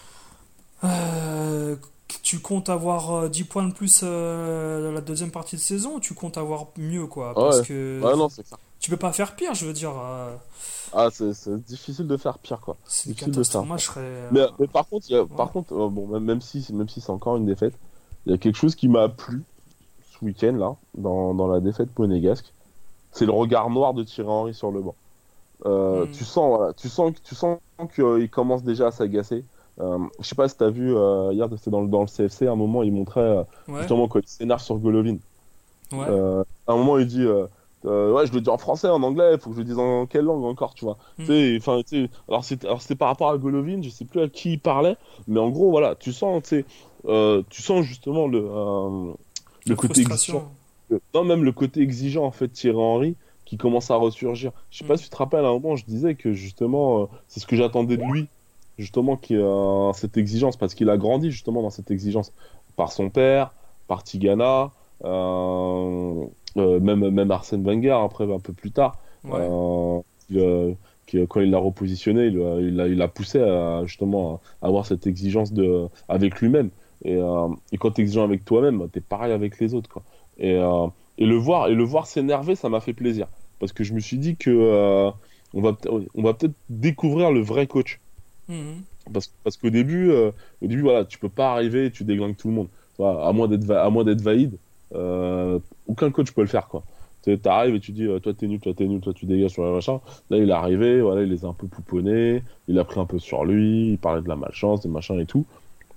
Euh, tu comptes avoir euh, dix points de plus euh, la deuxième partie de saison, ou tu comptes avoir mieux, quoi, parce ouais, que ouais, non, c'est ça. tu peux pas faire pire, je veux dire. euh, Ah, c'est, c'est difficile de faire pire, quoi. c'est une Difficile de faire. catastrophe. Moi, je serais. euh, Mais, mais par contre, il y a- ouais. par contre, euh, bon, même, même si, même si c'est encore une défaite, il y a quelque chose qui m'a plu ce week-end là, dans, dans la défaite monégasque. C'est le regard noir de Thierry Henry sur le banc. Euh, Mm. Tu sens, voilà, tu sens, que- tu sens qu'il commence déjà à s'agacer. Euh, je sais pas si t'as vu euh, hier, c'était dans le, dans le C F C, à un moment, il montrait euh, Ouais. justement quand il s'énerve sur Golovin. Ouais. Euh, à un moment, il dit, euh, euh, ouais, je le dis en français, en anglais, il faut que je le dise en quelle langue encore, tu vois. Mm. Tu sais, enfin, tu sais, alors c'était, alors c'était par rapport à Golovin, je sais plus à qui il parlait, mais en gros, voilà, tu sens, tu sais, euh, tu sens justement le, euh, le La côté frustration. exigeant, euh, non, même le côté exigeant en fait, Thierry Henry, qui commence à ressurgir. Je sais pas Mm. si tu te rappelles, à un moment, je disais que justement, euh, c'est ce que j'attendais de lui, justement, qu'il y a cette exigence, parce qu'il a grandi justement dans cette exigence par son père, par Tigana. Euh, euh, même, même Arsène Wenger, après, un peu plus tard, Ouais. euh, il, euh, qui, quand il l'a repositionné, il, euh, il, l'a, il l'a poussé à, justement à avoir cette exigence de, avec lui-même. Et, euh, et quand tu es exigeant avec toi-même, tu es pareil avec les autres, quoi. Et, euh, et, le voir, et le voir s'énerver, ça m'a fait plaisir. Parce que je me suis dit que euh, on, va, on va peut-être découvrir le vrai coach. Mhm. Parce, parce qu'au début, euh, au début, voilà, tu peux pas arriver et tu déglingues tout le monde. Voilà, à moins d'être, va- à moins d'être valide, euh, aucun coach peut le faire, quoi. Tu arrives et tu dis, euh, toi t'es nul, toi t'es nul, toi tu dégages sur le machin. Là, il est arrivé, voilà, il les a un peu pouponnés, il a pris un peu sur lui, il parlait de la malchance, des machins et tout.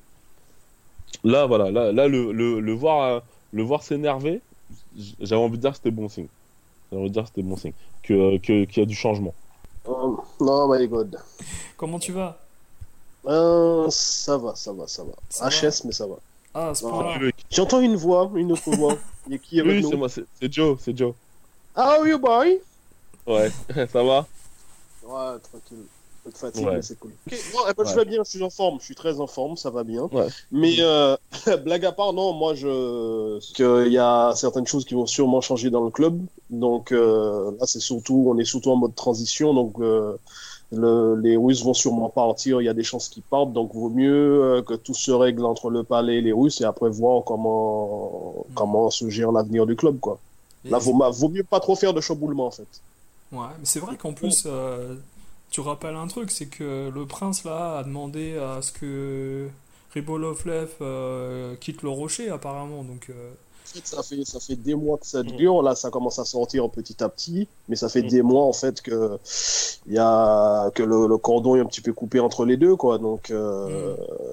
Là, voilà, là, là le, le, le voir, euh, le voir s'énerver, j- j'avais envie de dire que c'était bon signe. J'avais envie de dire que c'était bon signe, que, que, qu'il y a du changement. Oh, oh my god. Comment tu vas? Euh, ça va, ça va, ça va. Ça H S, mais ça va. Ah, à ce Non. point-là. Oui, J'entends une voix, une autre voix. Il y a qui avec oui, nous? c'est moi, c'est, c'est Joe, c'est Joe. Ah oui, boy. Ouais, ça va? Ouais, tranquille. Un peu de fatigue, Ouais. mais c'est cool. Ok, bon, eh ben, je Ouais. vais bien, je suis en forme, je suis très en forme, ça va bien. Ouais. Mais euh, blague à part, non, moi je, qu'il y a certaines choses qui vont sûrement changer dans le club. Donc euh, là, c'est surtout, on est surtout en mode transition, donc euh, le, les Russes vont sûrement partir. Il y a des chances qu'ils partent, donc vaut mieux euh, que tout se règle entre le Palais et les Russes et après voir comment comment se gère l'avenir du club, quoi. Là, Et- vaut, vaut mieux pas trop faire de chamboulement, en fait. Ouais, mais c'est vrai qu'en plus, euh, tu rappelles un truc, c'est que le prince là a demandé à ce que Ribolovlev euh, quitte le rocher apparemment, donc euh, En fait, ça fait, ça fait des mois que ça dure. Là, ça commence à sortir petit à petit. Mais ça fait des mois, en fait, que, il y a, que le, le cordon est un petit peu coupé entre les deux, quoi. Donc, euh,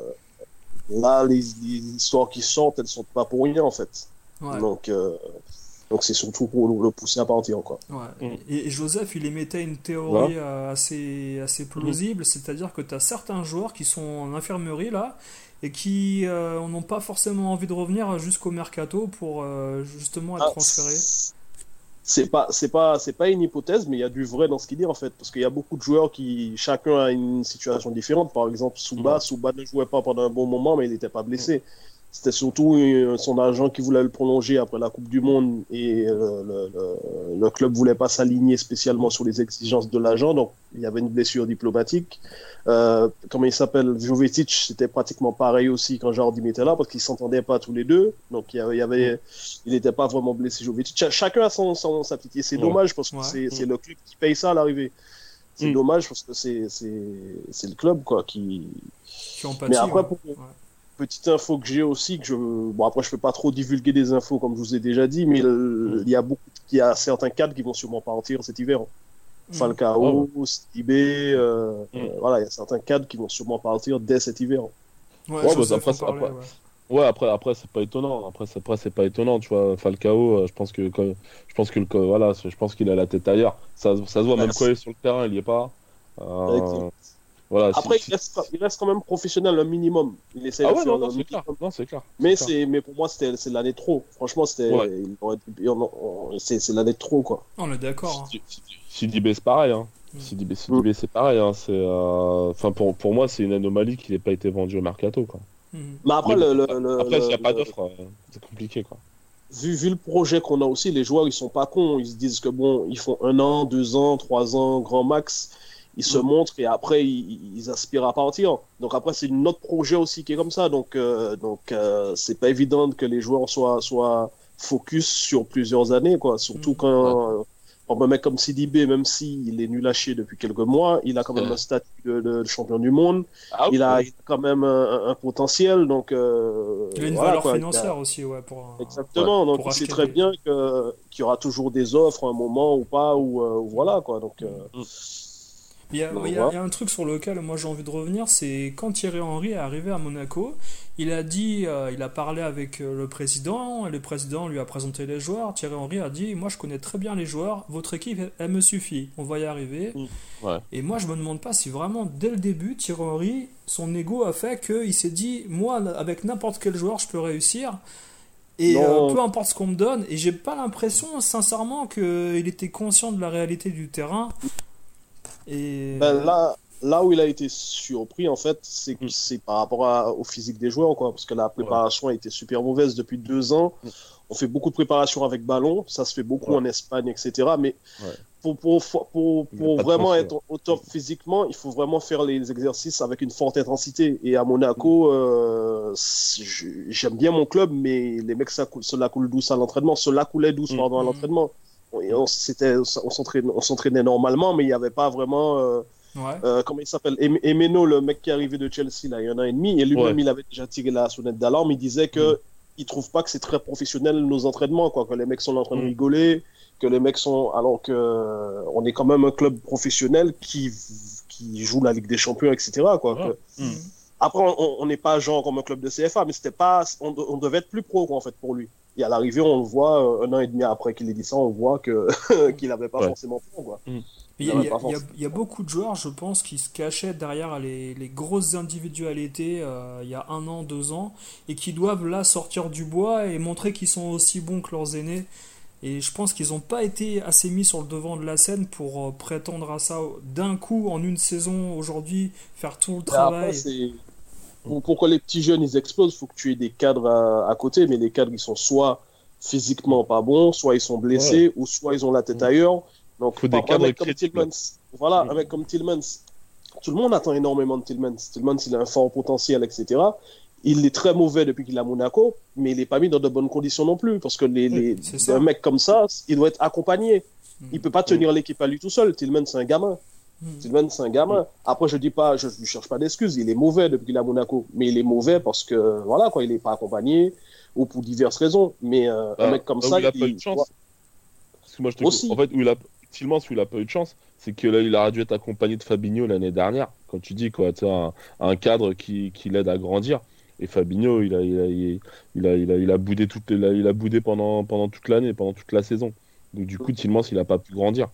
là, les, les histoires qui sortent, elles sortent pas pour rien, en fait. ouais. Donc, euh, donc c'est surtout pour le, le pousser à partir, quoi. Ouais. Mm. Et, et Joseph, il émettait une théorie euh, assez, assez plausible, c'est-à-dire que tu as certains joueurs qui sont en infirmerie là et qui euh, n'ont pas forcément envie de revenir jusqu'au mercato pour euh, justement être Ah, transférés. C'est pas, c'est pas, c'est pas une hypothèse, mais il y a du vrai dans ce qu'il dit, en fait. Parce qu'il y a beaucoup de joueurs qui, chacun a une situation différente. Par exemple, Souba, Ouais. Souba ne jouait pas pendant un bon moment, mais il n'était pas blessé. c'était surtout euh, son agent qui voulait le prolonger après la Coupe du Monde et euh, le, le, le club voulait pas s'aligner spécialement sur les exigences de l'agent, donc il y avait une blessure diplomatique. Euh, comment il s'appelle, Jovetic, c'était pratiquement pareil aussi quand Jardim était là parce qu'ils s'entendaient pas tous les deux, donc il y avait, il y avait il n'était pas vraiment blessé Jovetic. Ch- chacun a son, son sa petite. Et c'est ouais. dommage parce que ouais. c'est, c'est le club qui paye ça à l'arrivée. C'est mm. dommage parce que c'est c'est c'est le club quoi qui. qui en pâtit, mais après ouais. pour... Ouais. Petite info que j'ai aussi, que je... bon après je peux pas trop divulguer des infos comme je vous ai déjà dit, mais le... il y a beaucoup, il y a certains cadres qui vont sûrement partir cet hiver. Mmh. Falcao, oh. Stibé, euh... mmh. euh, voilà, il y a certains cadres qui vont sûrement partir dès cet hiver. Ouais, ouais bah, après, parler, après... Ouais. ouais, après, après c'est pas étonnant. Après, c'est, après, c'est pas étonnant, tu vois. Falcao, euh, je pense que, que, je pense que, le, voilà, je pense qu'il a la tête ailleurs. Ça, ça se voit ouais, même quand il est sur le terrain, il y est pas. Euh... Voilà, après, si, il, reste, il reste quand même professionnel un minimum. Il essaie ah de ouais, faire non, non, un c'est clair. Non, c'est clair. Mais, c'est c'est, clair. mais pour moi, c'était, c'est l'année trop. Franchement, c'était, ouais. il aurait, il aurait, c'est, c'est l'année trop, quoi. On est d'accord. Hein. Sidibé, c'est pareil. Hein. Mm. Sidibé, Sidibé mm. c'est pareil. Hein. C'est, euh... enfin, pour, pour moi, c'est une anomalie qu'il n'ait pas été vendu au mercato, quoi. Mm. Mais après, mais, le, le, après le, s'il n'y a le, pas d'offre, euh, c'est compliqué, quoi. Vu, vu le projet qu'on a aussi, les joueurs, ils sont pas cons. Ils se disent que bon, ils font un an, deux ans, trois ans, grand max. Ils se mmh. montrent et après ils, ils aspirent à partir. Donc après c'est notre projet aussi qui est comme ça. Donc euh, donc euh, c'est pas évident que les joueurs soient soient focus sur plusieurs années quoi. Surtout mmh. quand ouais. euh, un mec comme Sidibé, même si il est nul à chier depuis quelques mois, il a quand même ouais. un statut de, de champion du monde. Ah, okay. il, a, il a quand même un, un potentiel. Donc euh, il a une voilà, valeur quoi. financière a... aussi ouais pour. Exactement. Ouais. Donc pour il sait très des... bien que qu'il y aura toujours des offres à un moment ou pas ou euh, voilà quoi. Donc euh, mmh. Il y, a, il, y a, il y a un truc sur lequel moi j'ai envie de revenir, c'est quand Thierry Henry est arrivé à Monaco, il a dit, euh, il a parlé avec le président, et le président lui a présenté les joueurs. Thierry Henry a dit, moi je connais très bien les joueurs, votre équipe elle me suffit, on va y arriver. Mmh. Ouais. Et moi je me demande pas si vraiment dès le début Thierry Henry, son ego a fait qu'il s'est dit, moi avec n'importe quel joueur je peux réussir. Et euh, peu importe ce qu'on me donne, et j'ai pas l'impression sincèrement qu'il était conscient de la réalité du terrain. Et... Ben là, là où il a été surpris, en fait, c'est, mm. c'est par rapport à, au physique des joueurs, quoi, parce que la préparation ouais. a été super mauvaise depuis deux ans. Mm. On fait beaucoup de préparation avec ballon, ça se fait beaucoup ouais. en Espagne, et cetera. Mais ouais. pour, pour, pour, pour, pour vraiment être au top physiquement, il faut vraiment faire les exercices avec une forte intensité. Et à Monaco, mm. euh, j'aime bien mon club, mais les mecs, ça coule, cela coule douce à l'entraînement. Cela coulait douce, mm. pardon, à l'entraînement. On, c'était, on, s'entraînait, on s'entraînait normalement, mais il n'y avait pas vraiment. Euh, ouais. euh, comment il s'appelle Emeno, le mec qui est arrivé de Chelsea là, il y a un an et demi, et lui-même, ouais. il avait déjà tiré la sonnette d'alarme. Il disait qu'il mm. ne trouve pas que c'est très professionnel nos entraînements, quoi, que les mecs sont en train de rigoler, que les mecs sont. Alors que on est quand même un club professionnel qui, qui joue la Ligue des Champions, et cetera. Quoi, ouais. que... mm. Après, on n'est pas genre comme un club de C F A, mais c'était pas, on, on devait être plus pro, quoi, en fait, pour lui. Et à l'arrivée, on le voit, euh, un an et demi après qu'il ait dit ça, on voit que, qu'il n'avait pas ouais. forcément pro, quoi. Mm. Il, y a, il, y a, forcément... il, y a, il y a beaucoup de joueurs, je pense, qui se cachaient derrière les, les grosses individualités euh, il y a un an, deux ans, et qui doivent là sortir du bois et montrer qu'ils sont aussi bons que leurs aînés. Et je pense qu'ils n'ont pas été assez mis sur le devant de la scène pour euh, prétendre à ça d'un coup, en une saison, aujourd'hui, faire tout le et travail. Après, c'est... Pour, pour que les petits jeunes ils explosent, il faut que tu aies des cadres à, à côté, mais les cadres ils sont soit physiquement pas bons, soit ils sont blessés, ouais. ou soit ils ont la tête mmh. ailleurs. Donc, faut des cadres comme Tillmans, voilà, mmh. un mec comme Tillmans, tout le monde attend énormément de Tillmans. Tillmans, il a un fort potentiel, et cetera. Il est très mauvais depuis qu'il est à Monaco, mais il n'est pas mis dans de bonnes conditions non plus, parce que les, les, mmh, un mec comme ça, il doit être accompagné. Mmh. Il peut pas tenir mmh. l'équipe à lui tout seul. Tillmans, c'est un gamin. Tillmans, c'est un gamin. Après, je dis pas, je ne cherche pas d'excuses. Il est mauvais depuis qu'il est à Monaco. Mais il est mauvais parce que, voilà, quoi, il n'est pas accompagné ou pour diverses raisons. Mais euh, ah, un mec comme ça, il a pas eu de chance. Parce que moi, je te aussi. En fait, où il a, Tillmans, où il a pas eu de chance, c'est que là, il aurait dû être accompagné de Fabinho l'année dernière. Quand tu dis, quoi, tu as un, un cadre qui, qui l'aide à grandir. Et Fabinho, il a, il a, il a, il a, il a, il a boudé toute, il a, il a boudé pendant, pendant toute l'année, pendant toute la saison. Donc, du coup, Tillmans, il n'a pas pu grandir.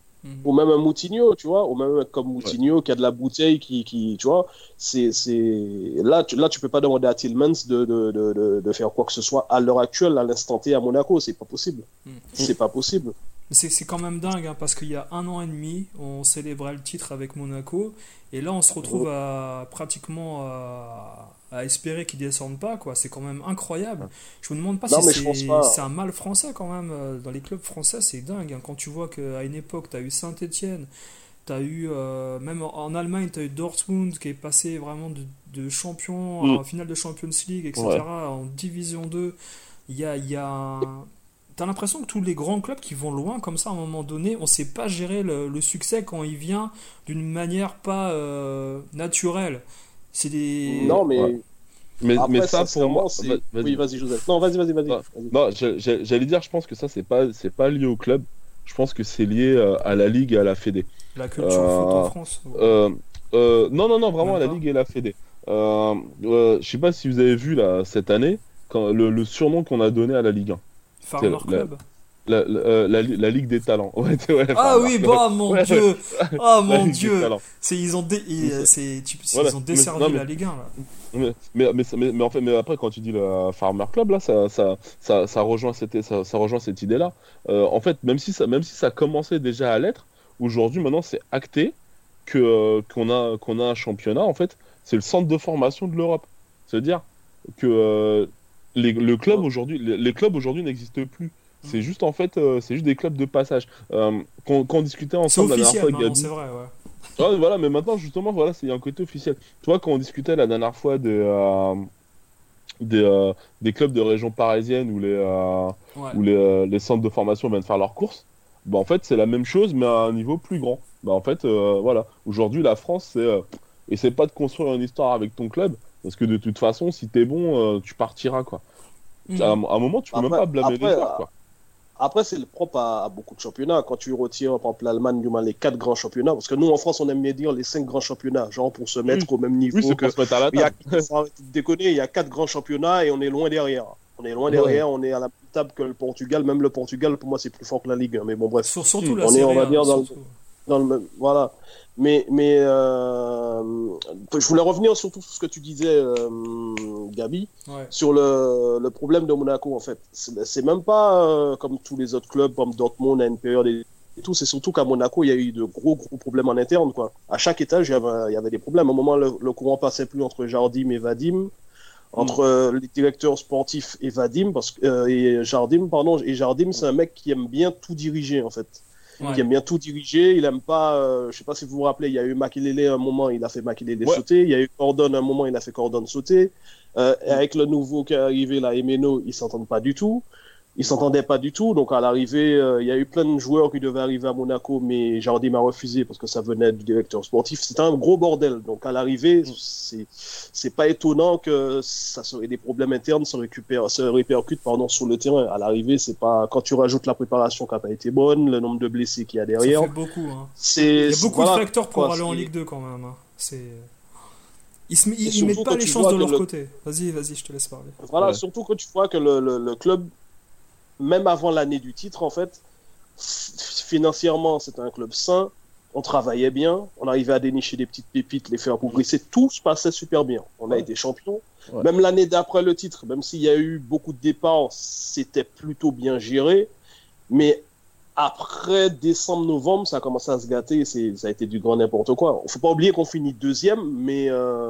Ou même un Moutinho, tu vois, ou même comme Moutinho ouais. qui a de la bouteille, qui, qui tu vois, c'est, c'est... Là, tu, là, tu peux pas demander à Tillmans de, de, de, de faire quoi que ce soit à l'heure actuelle, à l'instant T à Monaco, c'est pas possible. Mm. C'est pas possible. C'est, c'est quand même dingue, hein, parce qu'il y a un an et demi, on célébrait le titre avec Monaco, et là on se retrouve à pratiquement à, à espérer qu'ils descendent pas, quoi. C'est quand même incroyable. Je me demande pas non, si c'est, pas. c'est un mal français quand même. Dans les clubs français, c'est dingue, hein. Quand tu vois qu'à une époque, tu as eu Saint-Etienne, tu as eu, euh, même en Allemagne, tu as eu Dortmund qui est passé vraiment de, de champion mm. en finale de Champions League, et cetera, ouais. en Division deux. Il y a, il y a un... T'as l'impression que tous les grands clubs qui vont loin comme ça, à un moment donné, on sait pas gérer le, le succès quand il vient d'une manière pas euh, naturelle. C'est des... Non, mais... Ouais. Mais, Après, mais ça, pour moi... c'est... Vas-y. Oui, vas-y, Joseph. Non, vas-y, vas-y, vas-y. Ah, vas-y. Non, j'ai, j'allais dire, je pense que ça, c'est pas, c'est pas lié au club. Je pense que c'est lié euh, à la Ligue et à la Fédé. La culture euh, foot en France. Ouais. Euh, euh, non, non, non, vraiment Même à la pas. Ligue et la Fédé. Euh, euh, je sais pas si vous avez vu, là, cette année, quand, le, le surnom qu'on a donné à la Ligue un. Farmer Club. La, la, la, la Ligue des talents. Ouais, ouais, ah oui, bah mon ouais, dieu, ouais. ah mon dieu, c'est ils ont dé... c'est... C'est... C'est... Voilà. ils ont desservi mais, non, la Ligue un là. Mais, mais, mais, mais, mais en fait, mais après quand tu dis le Farmer Club là, ça, ça, ça, ça rejoint cette, ça, ça rejoint cette idée là. Euh, en fait, même si ça, même si ça commençait déjà à l'être, aujourd'hui maintenant c'est acté que euh, qu'on a qu'on a un championnat en fait, c'est le centre de formation de l'Europe. C'est-à-dire que euh, les, le club aujourd'hui, les, les clubs aujourd'hui n'existent plus. C'est juste en fait, euh, c'est juste des clubs de passage. Euh, quand, quand on discutait ensemble c'est la dernière fois, Gabi... c'est vrai, ouais. ouais. Voilà, mais maintenant justement, voilà, c'est un côté officiel. Tu vois, quand on discutait la dernière fois de, euh, des, euh, des clubs de région parisienne où les, euh, ouais. où les, euh, les centres de formation viennent faire leurs courses, bah en fait c'est la même chose mais à un niveau plus grand. Bah en fait, euh, voilà, aujourd'hui la France, c'est euh, essaie pas de construire une histoire avec ton club parce que de toute façon, si t'es bon, euh, tu partiras quoi. Mmh. À, un, à un moment, tu peux après, même pas blâmer après, les joueurs quoi. Après, c'est le propre à, à beaucoup de championnats. Quand tu retires, par exemple, l'Allemagne, du moins les quatre grands championnats, parce que nous, en France, on aime bien dire les cinq grands championnats, genre pour se mettre oui. au même niveau. Oui, c'est que... pour se mettre à la table. Il y a, sans déconner, il y a quatre grands championnats et on est loin derrière. On est loin derrière, ouais. on est à la même table que le Portugal. Même le Portugal, pour moi, c'est plus fort que la Ligue. Mais bon, bref. Sur, surtout mmh. la on série, est, on va dire, hein, dans, le, dans le même. Voilà. Mais, mais euh, je voulais revenir surtout sur ce que tu disais, euh, Gabi, ouais. sur le, le problème de Monaco, en fait. C'est, c'est même pas euh, comme tous les autres clubs, comme Dortmund, à une période et tout. C'est surtout qu'à Monaco, il y a eu de gros, gros problèmes en interne, quoi. À chaque étage, il y avait, il y avait des problèmes. À un moment, le, le courant passait plus entre Jardim et Vadim, entre euh, les directeurs sportifs et Vadim, parce que, euh, et Jardim, pardon. Et Jardim, c'est un mec qui aime bien tout diriger, en fait. Ouais. Qui aime bien tout diriger, il aime pas, euh, je sais pas si vous vous rappelez, il y a eu Makelele un moment, il a fait Makelele ouais. sauter, il y a eu Gordon un moment, il a fait Gordon sauter, euh, mm. avec le nouveau qui est arrivé là, Emeno, ils s'entendent pas du tout, ils s'entendaient pas du tout, donc à l'arrivée, euh, il y a eu plein de joueurs qui devaient arriver à Monaco, mais Jardim a refusé parce que ça venait du directeur sportif, c'était un gros bordel, donc à l'arrivée, mm. c'est, c'est pas étonnant que ça serait des problèmes internes, se récupère, se répercute, pardon, sur le terrain, à l'arrivée, c'est pas, quand tu rajoutes la préparation qui a pas été bonne, le nombre de blessés qu'il y a derrière. Ça fait beaucoup, hein. C'est, il y a beaucoup voilà, de facteurs pour quoi, aller c'est... en Ligue deux quand même, hein. C'est... Ils, se... ils, ils mettent pas les chances de leur le... côté. Vas-y, vas-y, je te laisse parler. Voilà, ouais. surtout quand tu vois que le, le, le club, même avant l'année du titre, en fait, financièrement, c'était un club sain, on travaillait bien, on arrivait à dénicher des petites pépites, les faire progresser, tout se passait super bien. On a ouais. été champion. Ouais. Même l'année d'après le titre, même s'il y a eu beaucoup de départs, c'était plutôt bien géré. Mais après décembre-novembre, ça a commencé à se gâter, c'est, ça a été du grand n'importe quoi. Il faut pas oublier qu'on finit deuxième, mais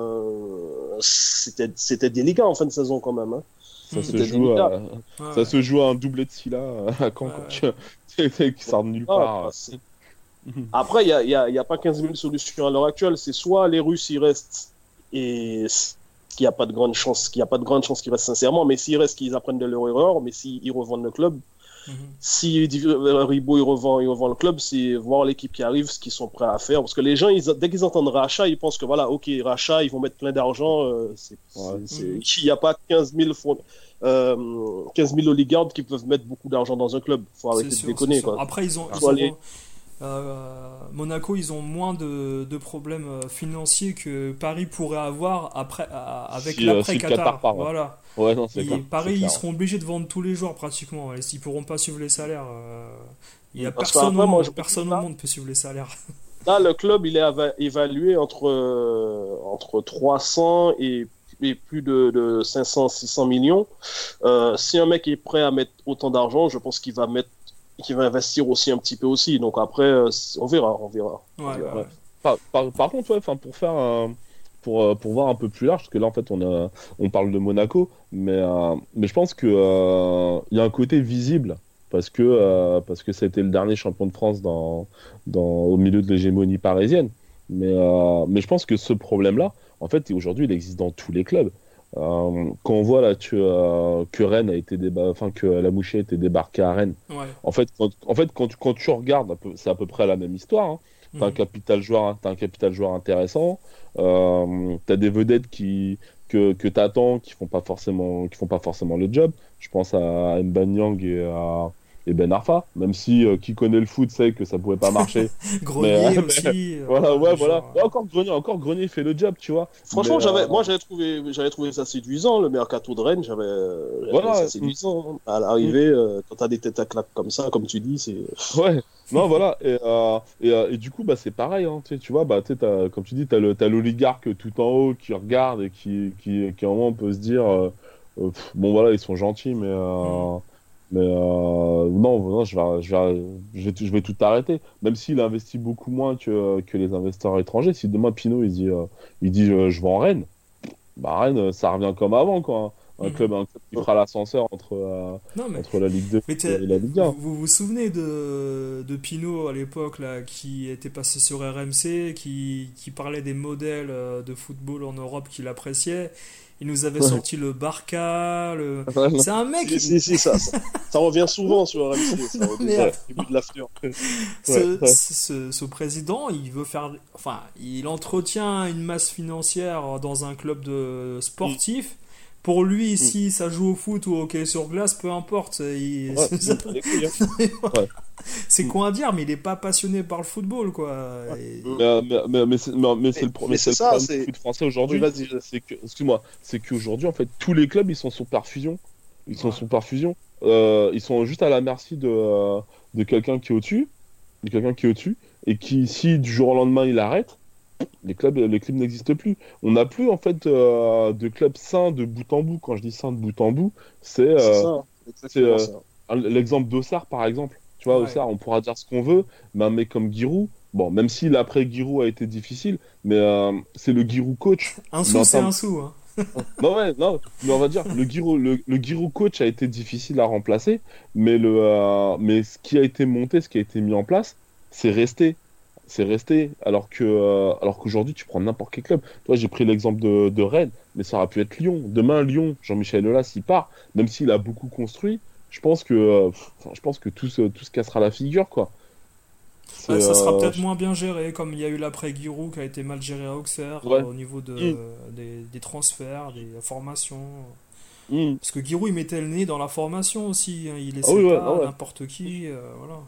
euh, c'était, c'était délicat en fin de saison quand même. Hein. Ça, se joue à... ouais. ça se joue à un doublé de Silla à Caen, ouais. qui sort de nulle ah, part. C'est... Après, il n'y a, y a, y a pas quinze mille solutions à l'heure actuelle. C'est soit les Russes ils restent et qu'il n'y a pas de grande chance, qu'il n'y a pas de grande chance qu'ils restent sincèrement, mais s'ils restent, qu'ils apprennent de leur erreur, mais s'ils revendent le club, mm-hmm. si Ribot il revend, il revend le club, c'est voir l'équipe qui arrive, ce qu'ils sont prêts à faire. Parce que les gens, ils, dès qu'ils entendent rachat, ils pensent que voilà, ok, rachat, ils vont mettre plein d'argent. Euh, c'est, ouais. c'est, mm-hmm. Il n'y a pas quinze mille fonds. Euh, quinze mille oligarques qui peuvent mettre beaucoup d'argent dans un club. Faut arrêter sûr, de déconner. Quoi. Après, ils ont, ils ont les... euh, Monaco, ils ont moins de, de problèmes financiers que Paris pourrait avoir après, euh, avec si, l'après si Qatar. Qatar part, ouais. Voilà. Ouais, non, c'est et clair, Paris, c'est ils clair. seront obligés de vendre tous les joueurs pratiquement. Et ils pourront pas suivre les salaires. Euh... Il y a Parce personne, après, au, moi, monde, personne au monde peut suivre les salaires. Là, le club, il est ava- évalué entre, euh, entre trois cents et et plus de, de cinq cents, six cents millions. Euh, si un mec est prêt à mettre autant d'argent, je pense qu'il va mettre qui va investir aussi un petit peu aussi. Donc après, on verra, on verra. Ouais, on verra. ouais. Par, par, par contre, ouais, pour faire un, pour, pour voir un peu plus large, parce que là en fait on a, on parle de Monaco, mais euh, mais je pense que euh, il y a un côté visible parce que euh, parce que ça a été le dernier champion de France dans, dans au milieu de l'hégémonie parisienne. Mais euh, mais je pense que ce problème-là, en fait, aujourd'hui, il existe dans tous les clubs. Euh, quand on voit là que, euh, que Rennes a été déba... enfin que la Mouchet a été débarquée à Rennes, Ouais. en fait, quand, en fait, quand tu, quand tu regardes, c'est à peu près la même histoire. Hein. T'as un Mhm. capital joueur, t'as un capital joueur intéressant. Euh, t'as des vedettes qui que, que t'attends, qui font pas forcément, qui font pas forcément le job. Je pense à Mbanyang et à et Ben Arfa. Même si euh, qui connaît le foot sait que ça pouvait pas marcher. Grenier mais, aussi. euh, voilà, ouais, genre, voilà. euh, Ouais, encore Grenier, encore Grenier fait le job, tu vois. Franchement, Mais, j'avais, euh, moi, j'avais trouvé, j'avais trouvé ça séduisant, le mercato de Rennes. J'avais, j'avais Voilà. trouvé ça séduisant. À l'arrivée, euh, quand t'as des têtes à claque comme ça, comme tu dis, c'est. Ouais, non, voilà. Et, euh, et, euh, et du coup, bah, c'est pareil. Hein, tu sais, tu vois, bah, tu sais, t'as- comme tu dis, t'as le, t'as l'oligarque tout en haut qui regarde et qui, qui, qui à un moment peut se dire euh, euh, pff, bon, voilà, ils sont gentils, mais, euh, mais euh, non, non, je vais, je vais, je vais, tout- je vais tout arrêter. Même s'il investit beaucoup moins que, que les investisseurs étrangers, si demain Pinot il dit, euh, il dit euh, je vais en Rennes, bah, Rennes, ça revient comme avant, quoi. Hein. Un Mhm. club, un club qui fera l'ascenseur entre, euh, Non, mais entre la Ligue deux Mais et t'es- la Ligue un. vous, vous vous souvenez de, de Pinot à l'époque là, qui était passé sur R M C, qui, qui parlait des modèles euh, de football en Europe qu'il appréciait. Il nous avait sorti le Barca. Le... C'est un mec. Si, si, si, ça, ça, ça revient souvent sur R M C, ça, au Merde. début de l'after. Ce, Ouais, ouais. ce- ce président, il veut faire, enfin, il entretient une masse financière dans un club de sportif. Pour lui, si ça joue au foot ou au hockey sur glace, peu importe. il- Ouais, c'est- il les couilles, hein. Ouais. C'est con à dire, mais il est pas passionné par le football, quoi. Et- Mais, euh, mais, mais, mais c'est mais, mais c'est le, pro- Mais mais c'est c'est le ça, problème c'est- du foot français aujourd'hui. Oui, vas-y. je- C'est que, excuse-moi, c'est qu'aujourd'hui, en fait, tous les clubs, ils sont sous perfusion. Ils sont Ouais. sous perfusion. Euh, ils sont juste à la merci de, euh, de quelqu'un qui est au-dessus, de quelqu'un qui est au-dessus, et qui, si du jour au lendemain, il arrête, les clubs, les clubs n'existent plus. On n'a plus, en fait, euh, de clubs sains de bout en bout. Quand je dis sains de bout en bout, c'est C'est euh, ça, c'est, exactement euh, ça. un- l'exemple d'Auxerre, par exemple. Tu vois, Ouais. Auxerre, on pourra dire ce qu'on veut, mais un mec comme Giroud, bon, même si l'après-Giroud a été difficile, mais euh, c'est le Giroud coach. Un Mais sou, en c'est termes- un sou. Hein. Non, ouais, non, mais on va dire, le Giroud, le, le Giroud coach a été difficile à remplacer, mais, le, euh, mais ce qui a été monté, ce qui a été mis en place, c'est resté. C'est resté, alors que, euh, alors qu'aujourd'hui, tu prends n'importe quel club. Toi, j'ai pris l'exemple de, de Rennes, mais ça aurait pu être Lyon. Demain, Lyon, Jean-Michel Aulas, il part, même s'il a beaucoup construit, je pense que, euh, enfin, je pense que tout se, tout se cassera la figure, quoi. C'est, Ouais, ça sera euh, peut-être moins bien géré, comme il y a eu l'après Giroud qui a été mal géré à Auxerre Ouais. euh, au niveau de, Mm. des, des transferts, des formations. hmm. Parce que Giroud, il mettait le nez dans la formation aussi. Hein. Il laissait Ah oui, ouais, pas ah ouais. n'importe qui. euh, voilà.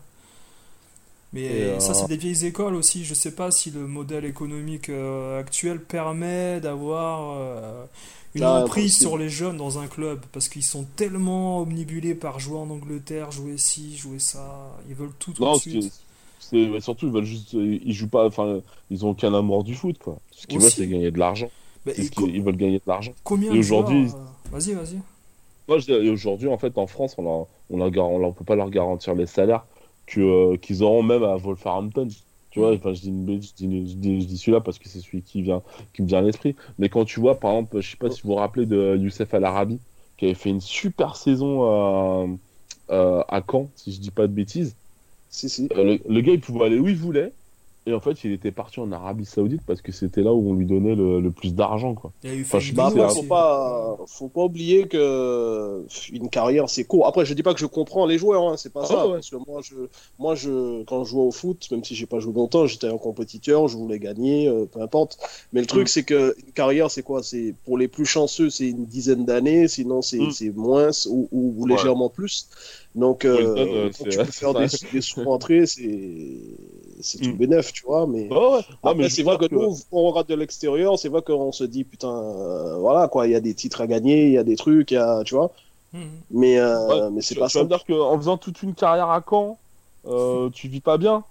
Mais Et, ça, euh, c'est des vieilles écoles aussi. Je sais pas si le modèle économique euh, actuel permet d'avoir euh, une Ah, emprise impossible. sur les jeunes dans un club. Parce qu'ils sont tellement omnibulés par jouer en Angleterre, jouer ci, jouer ça. Ils veulent tout tout Non, de ce qui suite. est- c'est mais surtout ils veulent juste, ils jouent pas, enfin, ils ont aucun amour du foot, quoi. Ce qu'ils veulent, Aussi. c'est gagner de l'argent. Bah, C'est et ce co- qu'ils ils veulent gagner de l'argent. combien et de joueurs, aujourd'hui- euh, Vas-y, vas-y. Moi, je dis, et aujourd'hui, en fait, en France, on leur, on leur, gar- on leur peut pas leur garantir les salaires que, euh, qu'ils auront même à Wolverhampton. Tu vois, enfin, je dis, une bêtise, je dis, je dis, je dis celui-là parce que c'est celui qui vient, qui me vient à l'esprit. Mais quand tu vois, par exemple, je sais pas si vous vous rappelez de Youssef Al Arabi, qui avait fait une super saison euh, euh, à Caen, si je dis pas de bêtises. Si, si. Euh, le, le gars, il pouvait aller où il voulait. Et en fait, il était parti en Arabie Saoudite parce que c'était là où on lui donnait le, le plus d'argent, quoi. Il y a eu Enfin, je sais Bah Fabinho après, aussi. faut pas, faut pas oublier que une carrière c'est court. Après, je dis pas que je comprends les joueurs, hein, c'est pas Ah ça. ouais. Parce que moi, je, moi, je, quand je jouais au foot, même si j'ai pas joué longtemps, j'étais un compétiteur, je voulais gagner, euh, peu importe. Mais le truc, Mm. c'est que une carrière, c'est quoi? C'est pour les plus chanceux, c'est une dizaine d'années. Sinon, c'est, Mm. c'est moins ou, ou, ou Ouais. légèrement plus. Donc, Pour les euh, jeunes, euh, quand c'est- tu peux c'est faire ça. des, des sous-rentrées, c'est, c'est tout Mm. bénef, tu vois. Mais Ouais, ouais. Non, après, mais je c'est veux vrai que dire nous, on regarde de l'extérieur, c'est vrai qu'on se dit, putain, euh, voilà, quoi, il y a des titres à gagner, il y a des trucs, il y a, tu vois, Mhm. mais, euh, Ouais, mais c'est tu, pas tu ça. vas me dire qu'en faisant toute une carrière à Caen, euh, tu vis pas bien?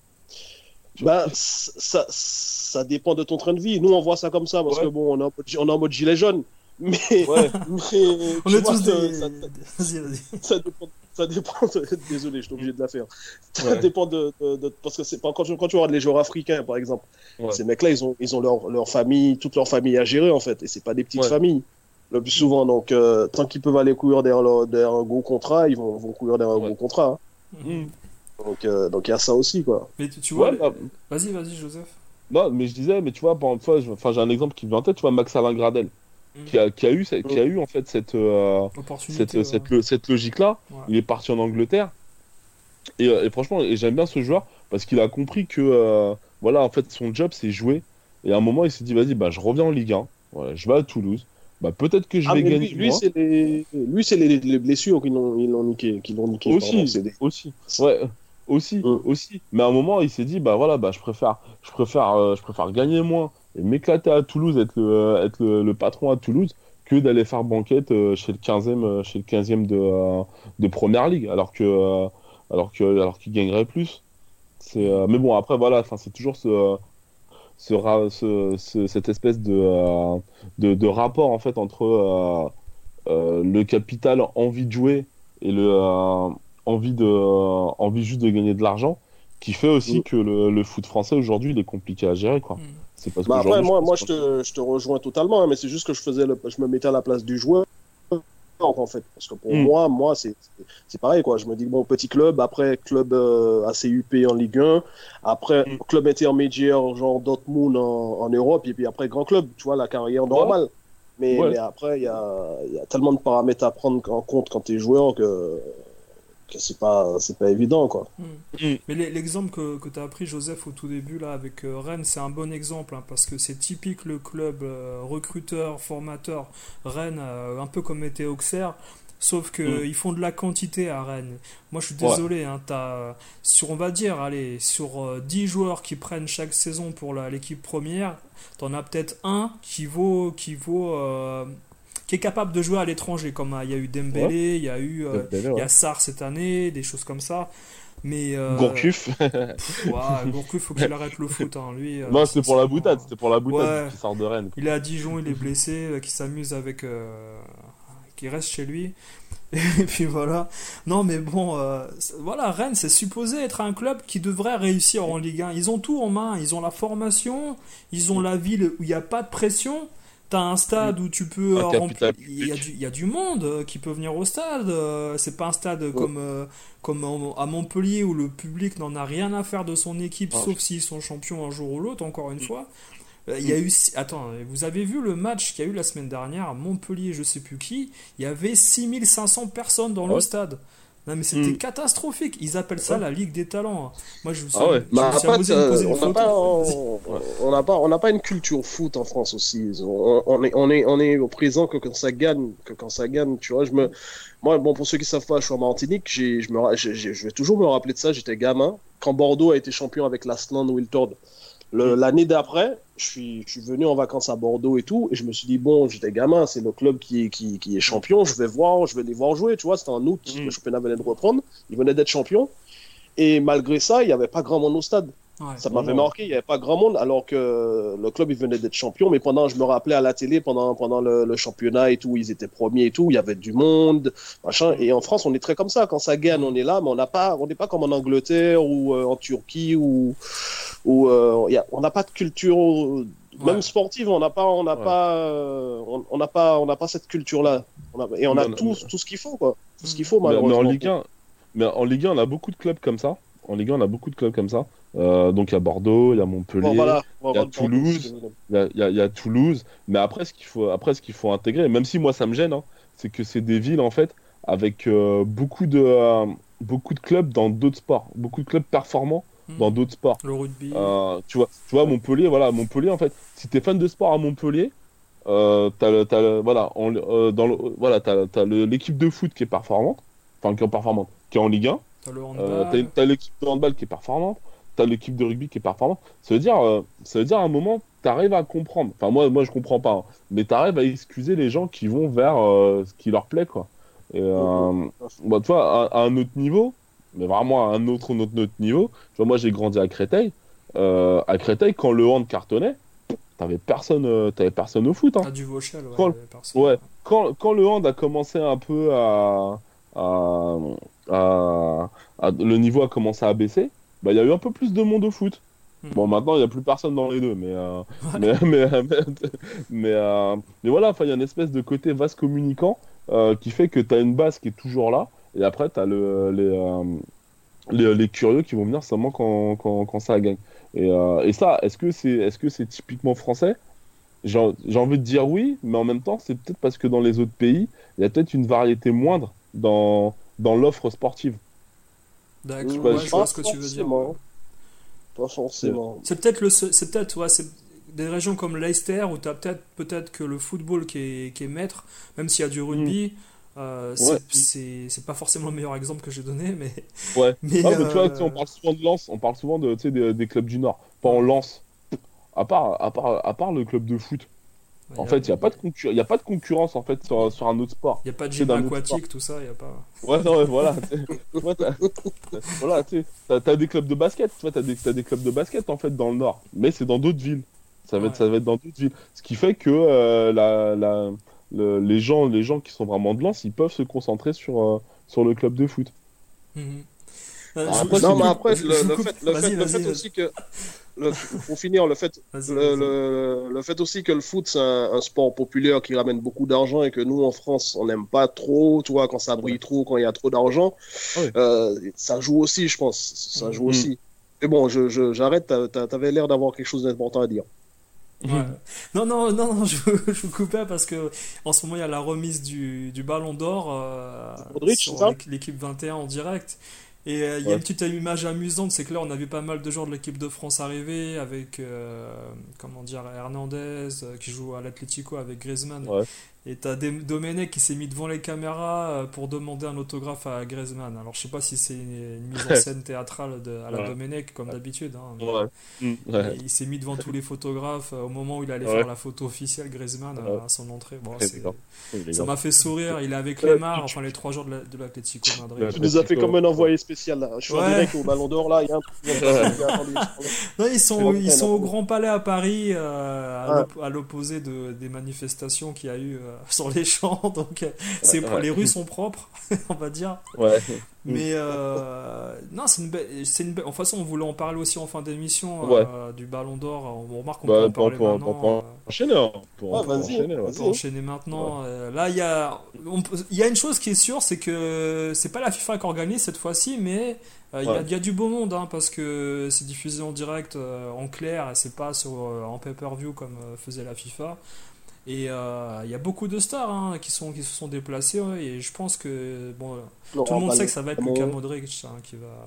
Bah, c- ça, ça dépend de ton train de vie. Nous, on voit ça comme ça, parce Ouais. que bon, on est en mode, on est en mode gilet jaune. Mais, Ouais. mais On tu est vois tous que des. ça, Vas-y, vas-y. ça dépend, ça dépend. Désolé, je suis obligé de la faire. Ça ouais. dépend de, de, de parce que c'est quand tu, quand tu regardes les joueurs africains, par exemple, ouais. ces mecs-là, ils ont, ils ont leur, leur famille, toute leur famille à gérer en fait, et c'est pas des petites ouais. familles le plus souvent. Donc, euh, tant qu'ils peuvent aller courir derrière, leur, derrière un gros contrat, ils vont, vont courir derrière un ouais. gros contrat. Hein. Mmh. Donc, euh, donc il y a ça aussi, quoi. Mais tu, tu vois, ouais, bah... vas-y, vas-y, Joseph. Non, mais je disais, mais tu vois, par exemple, enfin, j'ai un exemple qui me vient en tête, tu vois, Max Alain Gradel, mmh. qui, a, qui, a eu, qui a eu en fait cette, euh, cette, ouais. cette, cette logique-là. Ouais. Il est parti en Angleterre. Et, et franchement, et j'aime bien ce joueur parce qu'il a compris que, euh, voilà, en fait, son job, c'est jouer. Et à un moment, il s'est dit, vas-y, bah, je reviens en Ligue un, voilà, je vais à Toulouse. Bah, peut-être que je ah, vais gagner. Lui, lui c'est les, lui, c'est les, les blessures qui l'ont, ils l'ont niqué. Qui l'ont niqué aussi, pardon, des... aussi. Ouais. Aussi, mmh. aussi. Mais à un moment, il s'est dit, bah voilà, bah je préfère, je préfère, euh, je préfère gagner moins et m'éclater à Toulouse, être le, euh, être le, le patron à Toulouse, que d'aller faire banquette euh, chez le quinzième, euh, chez le quinzième de, euh, de Première Ligue, alors que, euh, alors que, alors qu'il gagnerait plus. C'est, euh... mais bon, après voilà, enfin c'est toujours ce, ce, ce, ce, cette espèce de, euh, de, de rapport en fait entre euh, euh, le capital envie de jouer et le euh, envie de euh, envie juste de gagner de l'argent qui fait aussi mmh. que le, le foot français aujourd'hui il est compliqué à gérer quoi. Mmh. C'est parce bah après moi je moi je te, je te rejoins totalement hein, mais c'est juste que je faisais le, je me mettais à la place du joueur en fait parce que pour mmh. moi moi c'est c'est pareil quoi, je me dis bon petit club, après club euh, A C U P en Ligue un, après mmh. club intermédiaire genre Dortmund en, en Europe et puis après grand club, tu vois la carrière normale. Ouais. Mais, ouais. mais après il y a il y a tellement de paramètres à prendre en compte quand tu es joueur que que c'est pas c'est pas évident quoi. Mmh. Mmh. Mais l'exemple que, que tu as appris Joseph au tout début là avec euh, Rennes, c'est un bon exemple hein, parce que c'est typique le club euh, recruteur, formateur Rennes euh, un peu comme était Auxerre, sauf que mmh. ils font de la quantité à Rennes. Moi je suis désolé ouais. hein, t'as sur on va dire allez sur euh, dix joueurs qui prennent chaque saison pour la, l'équipe première, t'en as peut-être un qui vaut qui vaut euh, qui est capable de jouer à l'étranger, comme il y a eu Dembélé, ouais. il y a eu euh, Dembélé, ouais. il y a Sarr cette année, des choses comme ça. Mais euh, Gourcuff. ouais, Gourcuff, faut qu'il arrête le foot. Hein. Lui, non, euh, c'était pour la boutade, c'était pour la boutade ouais. qui sort de Rennes. Il est à Dijon, il est blessé, euh, qui s'amuse avec, euh, qui reste chez lui. Et puis voilà. Non, mais bon, euh, voilà, Rennes, c'est supposé être un club qui devrait réussir en Ligue un. Ils ont tout en main, ils ont la formation, ils ont la ville où il n'y a pas de pression. T'as un stade où tu peux remplir. Il y a du, il y a du monde qui peut venir au stade. C'est pas un stade ouais. comme, euh, comme à Montpellier où le public n'en a rien à faire de son équipe, oh. sauf s'ils sont champions un jour ou l'autre, encore une fois. Il y a eu. Attends, vous avez vu le match qu'il y a eu la semaine dernière à Montpellier, je sais plus qui. Il y avait six mille cinq cents personnes dans ouais. le stade. Non mais c'était mm. catastrophique. Ils appellent ça ouais. la Ligue des talents. Moi je me suis, ah ouais. je bah, me suis amusé de me poser une photo. Pas, on, on n'a pas, on n'a pas une culture foot en France aussi. On, on est, on est, on est au présent que quand ça gagne, que quand ça gagne, tu vois. Je me, moi, bon pour ceux qui savent pas, je suis en Martinique. J'ai, je me, j'ai, je vais toujours me rappeler de ça. J'étais gamin quand Bordeaux a été champion avec l'Aslan Wiltord. Le, l'année d'après, je suis, je suis venu en vacances à Bordeaux et tout, et je me suis dit, bon, j'étais gamin, c'est le club qui est, qui, qui est champion, je vais voir, je vais les voir jouer, tu vois, c'était en août, mmh. le championnat venait de reprendre, ils venaient d'être champions, et malgré ça, il n'y avait pas grand monde au stade. Ouais, ça m'avait bon. marqué, il n'y avait pas grand monde, alors que le club, il venait d'être champion, mais pendant, je me rappelais à la télé, pendant, pendant le, le championnat et tout, ils étaient premiers et tout, il y avait du monde, machin, et en France, on est très comme ça, quand ça gagne, on est là, mais on n'a pas, on n'est pas comme en Angleterre ou euh, en Turquie ou, ou euh, y a, on n'a pas de culture, même ouais. sportive, on n'a pas, on n'a ouais. pas, euh, on n'a pas, on n'a pas cette culture-là, on a, et on a non, tout, non, tout ce qu'il faut, quoi, tout ce qu'il faut, malheureusement. Mais, mais en Ligue un, mais en Ligue un, on a beaucoup de clubs comme ça. En Ligue un, on a beaucoup de clubs comme ça. Euh, donc il y a Bordeaux, il y a Montpellier, il bon, voilà. bon, y a Toulouse, il y, y, y a Toulouse. Mais après, ce qu'il faut, après, ce qu'il faut intégrer, même si moi ça me gêne, hein, c'est que c'est des villes en fait avec euh, beaucoup de euh, beaucoup de clubs dans d'autres sports, beaucoup de clubs performants mmh. dans d'autres sports. Le rugby. Euh, tu vois, tu vois Montpellier, voilà, Montpellier en fait. Si t'es fan de sport à Montpellier, euh, t'as le, t'as le, voilà, en, euh, dans le, voilà, t'as, t'as le, l'équipe de foot qui est performante, enfin qui est performante, qui est en Ligue un. T'as le handball. Euh, t'as, t'as l'équipe de handball qui est performante. T'as l'équipe de rugby qui est performante. Ça veut dire, euh, ça veut dire à un moment, t'arrives à comprendre. Enfin, moi, moi je comprends pas. Hein, mais t'arrives à excuser les gens qui vont vers euh, ce qui leur plaît, quoi. Et, euh, bah, tu vois, à, à un autre niveau, mais vraiment à un autre, autre, autre niveau, tu vois, moi, j'ai grandi à Créteil. Euh, à Créteil, quand le hand cartonnait, t'avais personne, euh, t'avais personne au foot. Hein. Ah, du Vauchel, ouais. Quand, personne. ouais. Quand, quand le hand a commencé un peu à, à, a, a- le niveau a commencé à baisser, bah, il y a eu un peu plus de monde au foot. Hmm. Bon, maintenant, il n'y a plus personne dans les deux, mais, euh, mais, mais, mais, mais, euh, mais voilà, enfin, il y a une espèce de côté vase communicant euh, qui fait que tu as une base qui est toujours là, et après, tu as le, les, euh, les, les curieux qui vont venir seulement quand, quand, quand ça gagne. Et, euh, et ça, est-ce que c'est, est-ce que c'est typiquement français? J'ai j'ai envie de dire oui, mais en même temps, c'est peut-être parce que dans les autres pays, il y a peut-être une variété moindre dans, dans l'offre sportive. D'accord, Bah, ouais, je je vois pense ce que tu veux dire. forcément. Pas forcément. C'est peut-être le seul- c'est peut-être ouais, c'est des régions comme Leicester où tu as peut-être peut-être que le football qui est, qui est maître, même s'il y a du rugby, euh, c'est Ouais. c'est c'est pas forcément le meilleur exemple que j'ai donné, mais Ouais. mais, Ah, mais tu vois, euh, tu sais, on parle souvent de Lens, on parle souvent de, tu sais, des, des clubs du Nord. Pas en Lens. À part, à part, à part le club de foot. il En y a, fait, il n'y a pas de concur- il y a pas de concurrence en fait sur, sur un autre sport. il y a pas de C'est gym d'un autre aquatique, tout ça, il y a pas. Ouais, non, ouais, voilà. tu sais. Ouais, t'as- voilà, tu sais, t'as, t'as des clubs de basket, tu vois, t'as des, t'as des clubs de basket en fait dans le Nord, mais c'est dans d'autres villes. Ça va être, Ouais. ça va être dans d'autres villes. Ce qui fait que euh, la, la, le- les gens, les gens qui sont vraiment de Lens, ils peuvent se concentrer sur, euh, sur le club de foot. Mhm. Euh, Ah, je- après, je Non, vous mais coupe- après, je- le, je vous le coupe. fait, le Vas-y, fait, le vas-y, fait aussi que, le- pour finir, le fait, vas-y, le, vas-y. le, le fait aussi que le foot, c'est un, un sport populaire qui ramène beaucoup d'argent et que nous, en France, on n'aime pas trop, tu vois, quand ça brille trop, quand il y a trop d'argent, Ouais. euh, ça joue aussi, je pense. Ça joue Mhm. aussi. Mais bon, je, je, j'arrête, t'as- t'as- t'avais l'air d'avoir quelque chose d'important à dire. Ouais. Non, non, non, non, je, je vous coupais parce que en ce moment il y a la remise du, du Ballon d'Or euh, Modric, sur c'est ça l'équ- l'équipe vingt et un en direct. Et euh, il y a Ouais. une petite image amusante, c'est que là on a vu pas mal de joueurs de l'équipe de France arriver avec, euh, comment dire, Hernandez euh, qui joue à l'Atlético avec Griezmann. Ouais. Et t'as Dem- Domenech qui s'est mis devant les caméras euh, pour demander un autographe à Griezmann. Alors je sais pas si c'est une, une mise en scène théâtrale de, à la Ouais. Domenech comme d'habitude, hein, mais- Ouais. Mm, ouais. et il s'est mis devant tous les photographes euh, au moment où il allait Ouais. faire la photo officielle Griezmann euh, Ouais. à son entrée. Bon, Très c'est- bien. Très ça bien. m'a fait sourire. Il est avec Ouais, Lemar, tu- enfin les trois joueurs de la- de l'Atlético Madrid. Ouais. Tu nous as fait comme un envoyé spécial, là. Je suis en Ouais. direct au Ballon d'Or, là. Il y a un truc qui vient de passer, attendez, Non, ils sont, Ouais, ils sont ouais, au ouais. Grand Palais à Paris, euh, à Ouais. l'op- à l'opposé de, des manifestations qu'il y a eu euh, sur les champs. Donc, euh, c'est, Ouais. les rues sont propres, on va dire. Ouais. Mais euh, non, c'est une belle. C'est une belle... De toute façon, on voulait en parler aussi en fin d'émission Ouais. euh, du Ballon d'Or. On remarque qu'on Bah, peut en pour, parler pour, maintenant. pour, pour euh, enchaîner, hein. Pour, Ouais, pour vas-y, enchaîner, ouais. On peut enchaîner maintenant. Euh, là, il y a, on peut- il y a une chose qui est sûre, c'est que c'est pas la FIFA qui organise cette fois-ci, mais euh, il y a- Ouais. il y, a du beau monde, hein, parce que c'est diffusé en direct, euh, en clair, et c'est pas sur, euh, en pay-per-view comme euh, faisait la FIFA. Et euh, il y a beaucoup de stars hein, qui, sont, qui se sont déplacés, ouais, et je pense que bon, tout le monde sait que ça va être Luka Modric hein, qui va,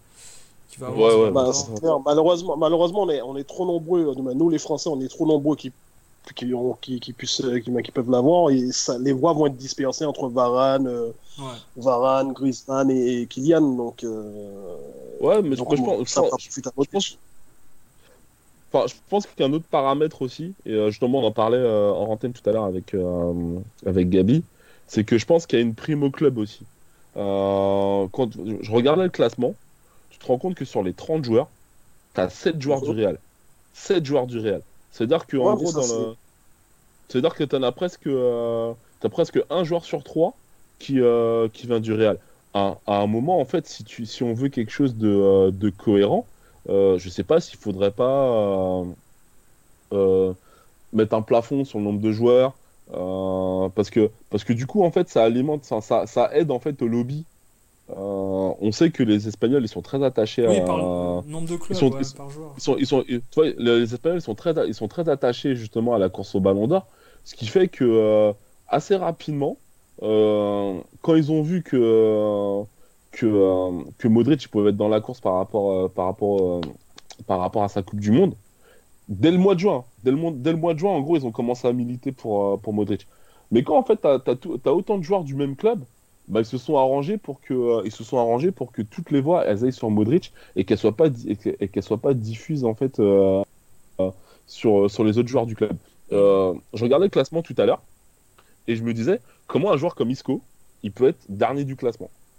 qui va avoir Ouais, ce ouais, Ballon Bah, d'Or. c'est clair. Malheureusement, malheureusement on, est, on est trop nombreux. Nous, les Français, on est trop nombreux qui, qui, ont, qui, qui, puissent, qui, qui peuvent l'avoir. Et ça, les voix vont être dispersées entre Varane, euh, Ouais. Varane, Griezmann et, et Kylian. Donc, euh, Ouais, mais je, donc moi, je on- pense, je ça pense- fera plus tard. je pense- Enfin, je pense qu'il y a un autre paramètre aussi, et euh, justement on en parlait euh, en antenne tout à l'heure avec, euh, avec Gabi, c'est que je pense qu'il y a une prime au club aussi. Euh, quand je regardais le classement, tu te rends compte que sur les trente joueurs, tu as sept joueurs du Real. sept joueurs du Real. C'est-à-dire que, en Ouais, mais gros, ça, dans c'est- le... c'est-à-dire que tu as presque, euh, t'as presque un joueur sur trois qui, euh, qui vient du Real. À, à un moment, en fait, si, tu, si on veut quelque chose de, euh, de cohérent, euh, je sais pas s'il faudrait pas euh, euh, mettre un plafond sur le nombre de joueurs, euh, parce que parce que du coup en fait ça alimente, ça, ça, ça aide en fait au lobby. Euh, on sait que les Espagnols ils sont très attachés Oui, à par le nombre de clubs ils sont- ouais, ils- par joueur. ils sont, ils sont, tu vois, les Espagnols ils sont très, ils sont très attachés justement à la course au Ballon d'Or, ce qui fait que euh, assez rapidement, euh, quand ils ont vu que euh, que euh, que Modric pouvait être dans la course par rapport euh, par rapport euh, par rapport à sa Coupe du Monde, dès le mois de juin, dès le, mois- dès le mois de juin, en gros, ils ont commencé à militer pour euh, pour Modric. Mais quand en fait t'as, t'as, tout- t'as autant de joueurs du même club, bah, ils se sont arrangés pour que euh, ils se sont arrangés pour que toutes les voix elles aillent sur Modric et qu'elles soient pas di- et que- et qu'elles soient pas diffusées en fait euh, euh, sur sur les autres joueurs du club. Euh, je regardais le classement tout à l'heure et je me disais comment un joueur comme Isco il peut être dernier du classement.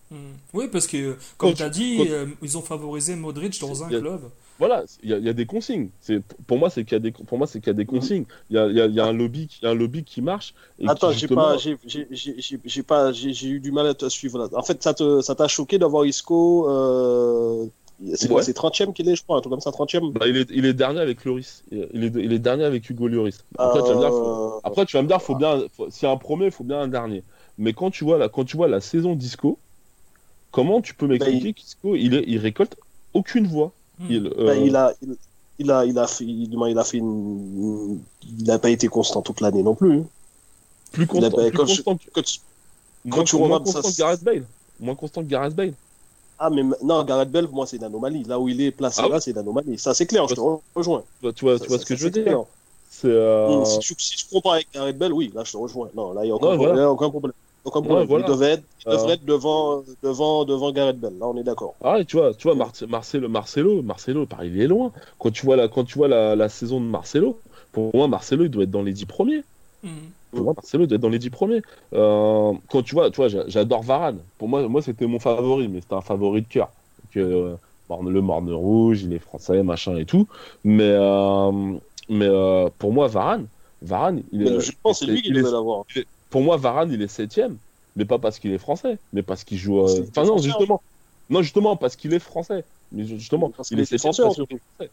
Mmh. Oui, parce que, comme tu as dit, quand... euh, ils ont favorisé Modric dans un a... club. Voilà, il y, y a des consignes. C'est, pour moi, c'est qu'il y a des, pour moi, c'est qu'il y a des consignes. Il y a, y a, y a un lobby, il y a un lobby qui marche. Et Attends, qui, justement... j'ai pas, j'ai, j'ai, j'ai, j'ai pas, j'ai, j'ai eu du mal à te suivre là. En fait, ça te, ça t'a choqué d'avoir Isco. Euh... C'est quoi, ouais. C'est trentième qu'il est, je crois, un truc comme ça, trentième. Bah, il est, il est dernier avec Lloris. Il est, il est dernier avec Hugo Lloris. Après, euh... tu vas me dire, faut... après, tu vas me dire, faut bien, faut... s'il y a un premier, il faut bien un dernier. Mais quand tu vois la, quand tu vois la saison d'Isco, comment tu peux m'expliquer bah, il... qu'Isco, il, est, il récolte aucune voix. Hmm. Il, euh... bah, il a, il, il a, il a fait, il, il a fait une, il n'a pas été constant toute l'année non plus. Plus constant, pas... plus quand constant. Je... Quand tu, quand tu moins constant ça, que Gareth Bale. Moins constant que Gareth Bale. Ah, mais non, Gareth Bale, pour moi, c'est une anomalie. Là où il est placé, ah, là, c'est une anomalie. Ça, c'est clair, je te rejoins. Tu vois, ça, tu vois ça, ce que ça, je veux dire clair. C'est, euh... si, tu, si tu compares avec Gareth Bale, oui, là, je te rejoins. Non, là, il n'y a aucun, ouais, voilà. aucun problème. Aucun problème. Ouais, voilà. Il devait être, il devrait euh... être devant, devant, devant Gareth Bale. Là, on est d'accord. Ah, et tu vois, tu vois Mar- Marcelo, Marcelo, Marcelo, pareil, il est loin. Quand tu vois la, quand tu vois la, la saison de Marcelo, pour moi, Marcelo, il doit être dans les dix premiers. Mm. Pour moi, Marcelo doit être dans les dix premiers. Euh, quand tu vois, tu vois, j'adore Varane. Pour moi, moi, c'était mon favori, mais c'était un favori de cœur. Que euh, le Morne Rouge, il est français, machin et tout. Mais, euh, mais euh, pour moi, Varane, Varane, il est. Mais je pense que c'est lui qui devait l'avoir. Pour moi, Varane, il est septième, mais pas parce qu'il est français, mais parce qu'il joue. Euh... Enfin non, justement, non justement parce qu'il est français. Mais justement, parce il est septième parce qu'il est français.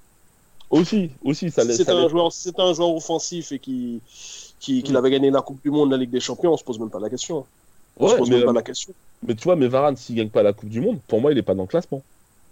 Aussi, aussi, ça laisse. C'est un joueur, c'est un joueur offensif et qui, qui, qui mm. avait gagné la Coupe du Monde, la Ligue des Champions, on se pose même pas la question. On ouais, se pose mais, même pas la question. Mais tu vois, mais Varane, s'il gagne pas la Coupe du Monde, pour moi, il est pas dans le classement.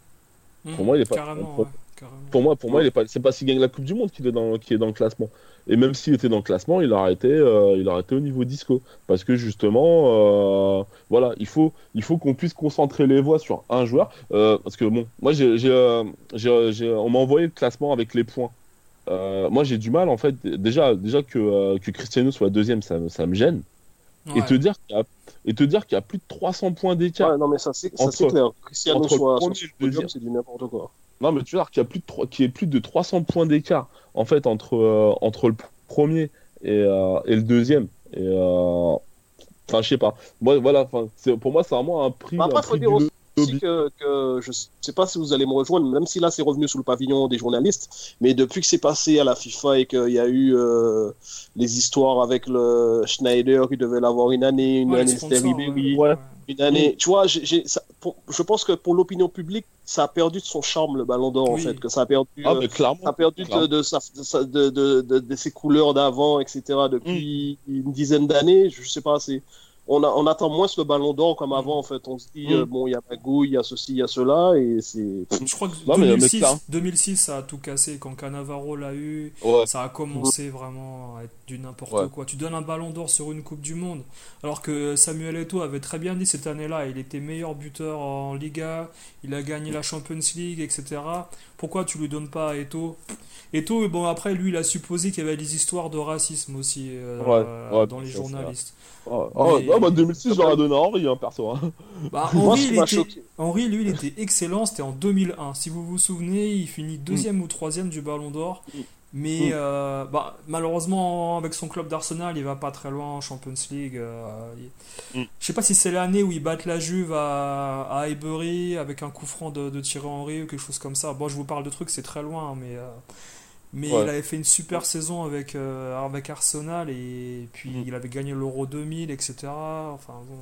Mmh, pour moi, il est pas. Carrément, pour, ouais, carrément. pour moi, pour moi, il est pas. C'est pas s'il gagne la Coupe du Monde qu'il est dans, qui est dans le classement. Et même s'il était dans le classement, il aurait été, euh, il aurait été au niveau d'Isco, parce que justement, euh, voilà, il faut, il faut qu'on puisse concentrer les voix sur un joueur, euh, parce que bon, moi, j'ai, j'ai, euh, j'ai, j'ai, on m'a envoyé le classement avec les points. Euh, moi, j'ai du mal, en fait, déjà, déjà que, euh, que Cristiano soit deuxième, ça, ça me gêne. Ouais. Et te dire qu'il y a, et te dire qu'il y a plus de trois cents points d'écart. Ouais, non, mais ça, c'est, ça, entre, c'est clair. Cristiano soit sur le podium, c'est du n'importe quoi. Non, mais tu vois qu'il y a plus de, trois, qu'il y ait plus de trois cents points d'écart, en fait, entre, euh, entre le premier et, euh, et le deuxième. Et, euh... enfin, je sais pas. Moi, voilà, c'est, pour moi, c'est vraiment un prix. Bah après, il faut dire aussi que, que je sais pas si vous allez me rejoindre, même si là, c'est revenu sous le pavillon des journalistes, mais depuis que c'est passé à la FIFA et qu'il y a eu euh, les histoires avec le Schneider qui devait l'avoir une année, une ouais, année c'était Ribéry, ouais. une année. Tu vois, j'ai, j'ai, ça, pour, je pense que pour l'opinion publique, ça a perdu de son charme le Ballon d'Or, oui. en fait, que ça a perdu, ah, mais clairement, ça a perdu clairement. de, de, de, de, de, de, de ses couleurs d'avant, et cetera. Depuis mm. une dizaine d'années, je sais pas, c'est. On, a, on attend moins le Ballon d'Or comme avant, en fait. On se dit, mm. euh, bon, il y a Magouille, il y a ceci, il y a cela, et c'est... Je crois que non, deux mille six, deux mille six, ça a tout cassé. Quand Cannavaro l'a eu, ouais. ça a commencé vraiment à être du n'importe ouais. quoi. Tu donnes un Ballon d'Or sur une Coupe du Monde, alors que Samuel Eto'o avait très bien dit cette année-là, il était meilleur buteur en Liga, il a gagné la Champions League, et cetera. Pourquoi tu lui donnes pas à Eto'o ? Eto'o, bon, après, lui, il a supposé qu'il y avait des histoires de racisme aussi euh, ouais, ouais, ça, dans les journalistes. Oh, oh, mais... oh bah deux mille six, j'aurais donné à Henry, hein, perso. Hein. Bah, Henry, il était... Henry, lui, il était excellent, c'était en deux mille un. Si vous vous souvenez, il finit deuxième mm. ou troisième du Ballon d'Or. Mm. Mais mm. Euh, bah, malheureusement, avec son club d'Arsenal, il va pas très loin en Champions League. Euh, il... mm. Je sais pas si c'est l'année où ils battent la Juve à, à Highbury avec un coup franc de, de Thierry Henry ou quelque chose comme ça. Bon, je vous parle de trucs, c'est très loin, mais... Euh... Mais ouais. il avait fait une super saison avec, euh, avec Arsenal et puis mmh. il avait gagné l'Euro deux mille, et cetera. Enfin, bon,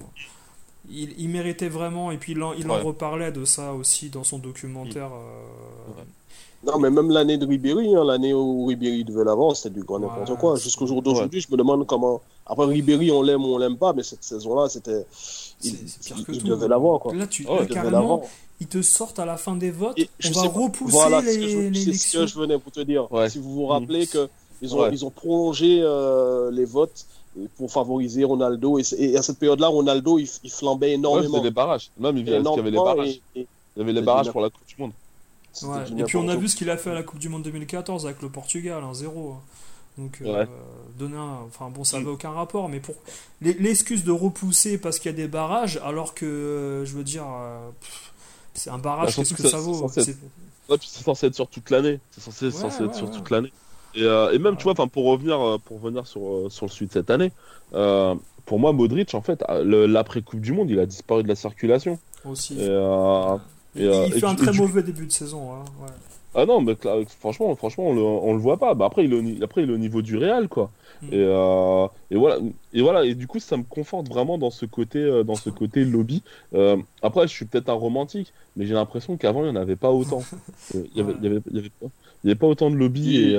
il, il méritait vraiment et puis il en, il ouais. en reparlait de ça aussi dans son documentaire. Euh... Ouais. Non, mais même l'année de Ribéry, hein, l'année où Ribéry devait l'avoir, c'était du grand n'importe ouais, quoi. Jusqu'au jour d'aujourd'hui, ouais. je me demande comment. Après Ribéry, on l'aime ou on l'aime pas, mais cette saison-là, c'était. Il, c'est, c'est pire que il tout. devait l'avoir, quoi. Là, tu oh, là, carrément. Ils te sortent à la fin des votes, et on va sais, repousser voilà, les, c'est ce les c'est ce que je venais pour te dire. Ouais. Si vous vous rappelez mmh. que ils ont, ouais. ils ont prolongé euh, les votes pour favoriser Ronaldo, et, et à cette période-là, Ronaldo, il, il flambait énormément. Ouais, c'était les barrages. Non, mais il y avait les barrages. Et, et, il y avait les barrages pour la Coupe du Monde. Ouais. Et puis on a vu ce qu'il a fait à la Coupe du Monde deux mille quatorze avec le Portugal, un zéro. Donc, ouais. euh, donner un... enfin bon, ça n'avait mmh. aucun rapport, mais pour l'excuse de repousser parce qu'il y a des barrages, alors que, euh, je veux dire... Euh, pff, c'est un barrage, bah, qu'est-ce que, que ça, ça vaut c'est... Être... Ouais, puis c'est censé être sur toute l'année. C'est censé, ouais, censé ouais, être sur ouais. toute l'année. Et, euh, et même, ouais. tu vois, pour revenir, pour revenir sur, sur le suite de cette année, euh, pour moi, Modric, en fait, le, l'après Coupe du Monde, il a disparu de la circulation. Aussi. Et, euh, et, et, il et, fait et, un très et, mauvais début de saison. Hein, ouais. Ah non, mais franchement, franchement, on le, on le voit pas. Bah après, il est au, après, il est au niveau du Real, quoi. Mm. Et, euh, et voilà, et voilà. Et du coup, ça me conforte vraiment dans ce côté, dans ce côté lobby. Euh, après, je suis peut-être un romantique, mais j'ai l'impression qu'avant, il n'y en avait pas autant. Il y avait, ouais. il y avait, il y avait, pas, il y avait pas autant de lobby. Oui,